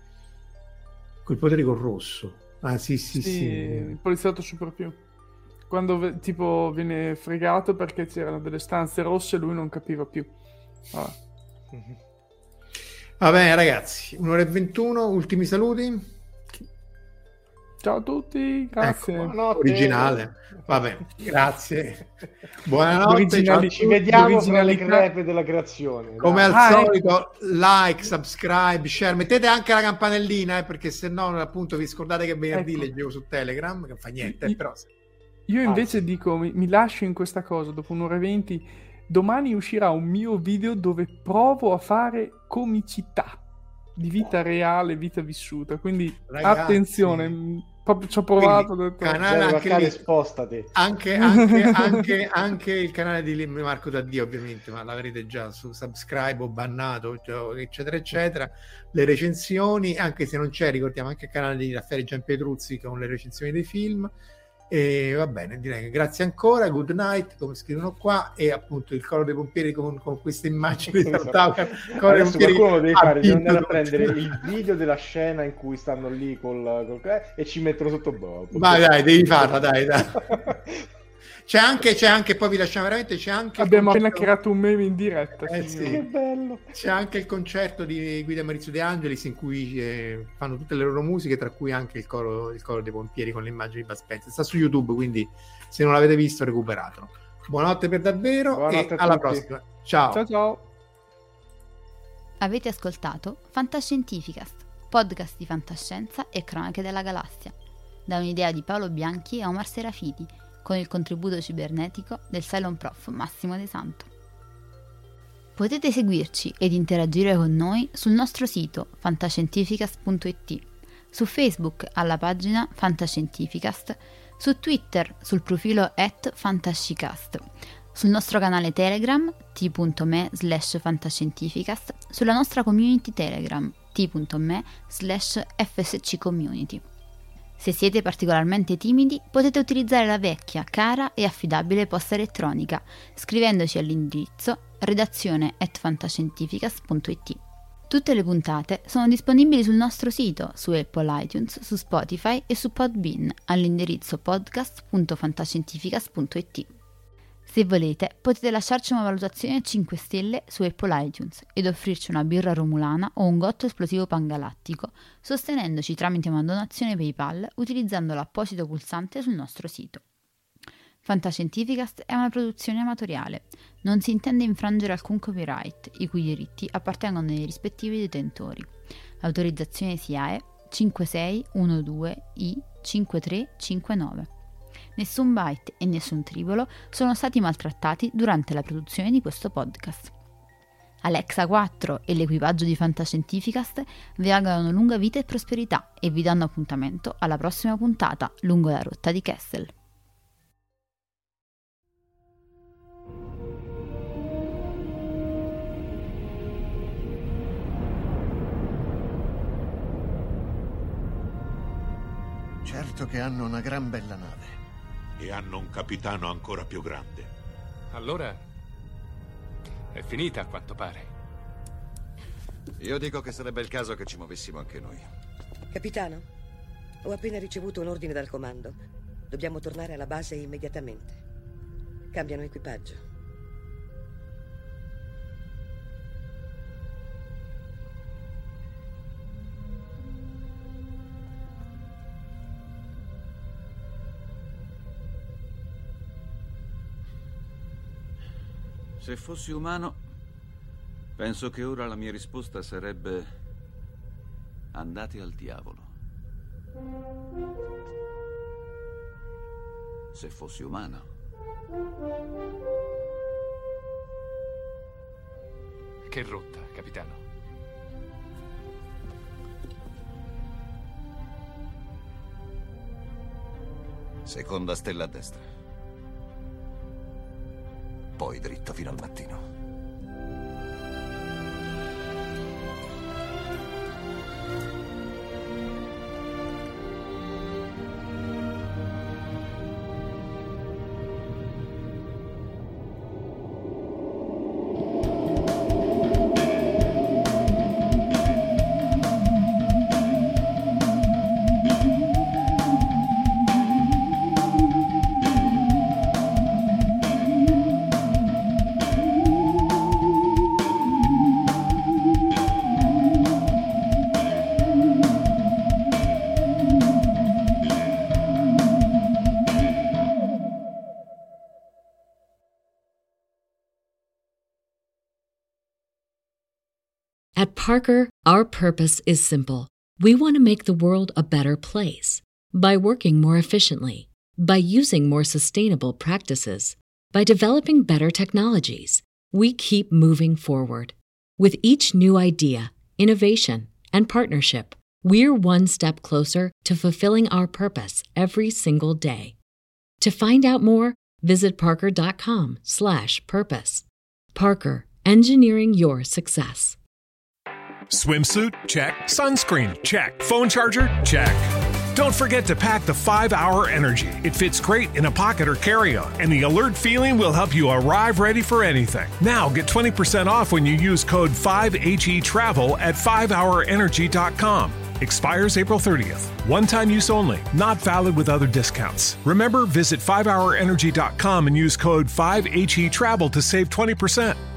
Col potere col rosso. Ah sì sì sì, sì. Il poliziotto super più. Quando tipo viene fregato perché c'erano delle stanze rosse e lui non capiva più. Ah. Mm-hmm. Va bene ragazzi, un'ora e ventuno, ultimi saluti. Ciao a tutti, grazie. Ecco, originale. Vabbè, grazie. Buonanotte. Ciao. Ci vediamo fra le crepe della creazione. Come dai. al ah, solito, ecco. Like, subscribe, share. Mettete anche la campanellina, eh, perché se no appunto vi scordate che venerdì ecco. leggevo su Telegram, che fa niente, io, però. Io invece ah, sì. dico, mi, mi lascio in questa cosa, dopo un'ora e venti, domani uscirà un mio video dove provo a fare comicità di vita reale, vita vissuta, quindi ragazzi, attenzione. Proprio ci ho provato, ho detto, canale anche lì, spostati anche, anche, anche, anche il canale di Marco Taddio, ovviamente, ma l'avrete già su subscribe o bannato, eccetera eccetera. Le recensioni, anche se non c'è, ricordiamo anche il canale di Raffaele Gianpietruzzi con le recensioni dei film. E va bene, direi che grazie ancora, good night, come scrivono qua, e appunto il coro dei pompieri con, con queste immagini di Tartaruga. Adesso qualcuno deve fare, deve andare a prendere il video della scena in cui stanno lì col, col e ci mettono sotto bobo. Ma dai, devi farla, dai, dai. C'è anche, c'è anche, poi vi lasciamo veramente, c'è anche abbiamo appena creato un meme in diretta, eh sì. Che bello. C'è anche il concerto di Guido e Maurizio De Angelis in cui eh, fanno tutte le loro musiche, tra cui anche il coro, il coro dei pompieri con le immagini di Bud Spencer. Sta su YouTube, quindi se non l'avete visto recuperatelo. Buonanotte per davvero. Buonanotte e alla prossima. Ciao. Ciao ciao. Avete ascoltato Fantascientificast, podcast di fantascienza e cronache della galassia, da un'idea di Paolo Bianchi e Omar Serafiti, con il contributo cibernetico del Cylon Prof Massimo De Santo. Potete seguirci ed interagire con noi sul nostro sito fantascientificast punto it, su Facebook alla pagina Fantascientificast, su Twitter sul profilo at fantascicast, sul nostro canale Telegram t.me slash fantascientificast, sulla nostra community Telegram t.me slash fsccommunity. Se siete particolarmente timidi, potete utilizzare la vecchia, cara e affidabile posta elettronica, scrivendoci all'indirizzo redazione at fantascientificast punto it. Tutte le puntate sono disponibili sul nostro sito, su Apple iTunes, su Spotify e su Podbean, all'indirizzo podcast punto fantascientificast punto it. Se volete, potete lasciarci una valutazione a cinque stelle su Apple iTunes ed offrirci una birra romulana o un gotto esplosivo pangalattico, sostenendoci tramite una donazione PayPal utilizzando l'apposito pulsante sul nostro sito. Fantascientificast è una produzione amatoriale. Non si intende infrangere alcun copyright, i cui diritti appartengono ai rispettivi detentori. Autorizzazione S I A E cinque sei uno due I cinque tre cinque nove. Nessun byte e nessun tribolo sono stati maltrattati durante la produzione di questo podcast. Alexa quattro e l'equipaggio di Fantascientificast vi augurano lunga vita e prosperità e vi danno appuntamento alla prossima puntata lungo la rotta di Kessel. Certo che hanno una gran bella nave. E hanno un capitano ancora più grande. Allora è finita a quanto pare. Io dico che sarebbe il caso che ci muovessimo anche noi. Capitano, ho appena ricevuto un ordine dal comando. Dobbiamo tornare alla base immediatamente. Cambiano equipaggio. Se fossi umano, penso che ora la mia risposta sarebbe: andate al diavolo. Se fossi umano. Che rotta, capitano? Seconda stella a destra. Poi dritto fino al mattino. At Parker, our purpose is simple. We want to make the world a better place by working more efficiently, by using more sustainable practices, by developing better technologies. We keep moving forward. With each new idea, innovation, and partnership, we're one step closer to fulfilling our purpose every single day. To find out more, visit parker.com slash purpose. Parker, engineering your success. Swimsuit? Check. Sunscreen? Check. Phone charger? Check. Don't forget to pack the five hour Energy. It fits great in a pocket or carry-on, and the alert feeling will help you arrive ready for anything. Now get twenty percent off when you use code five H E travel at five hour energy dot com. Expires April thirtieth. One-time use only. Not valid with other discounts. Remember, visit five hour energy dot com and use code five H E travel to save twenty percent.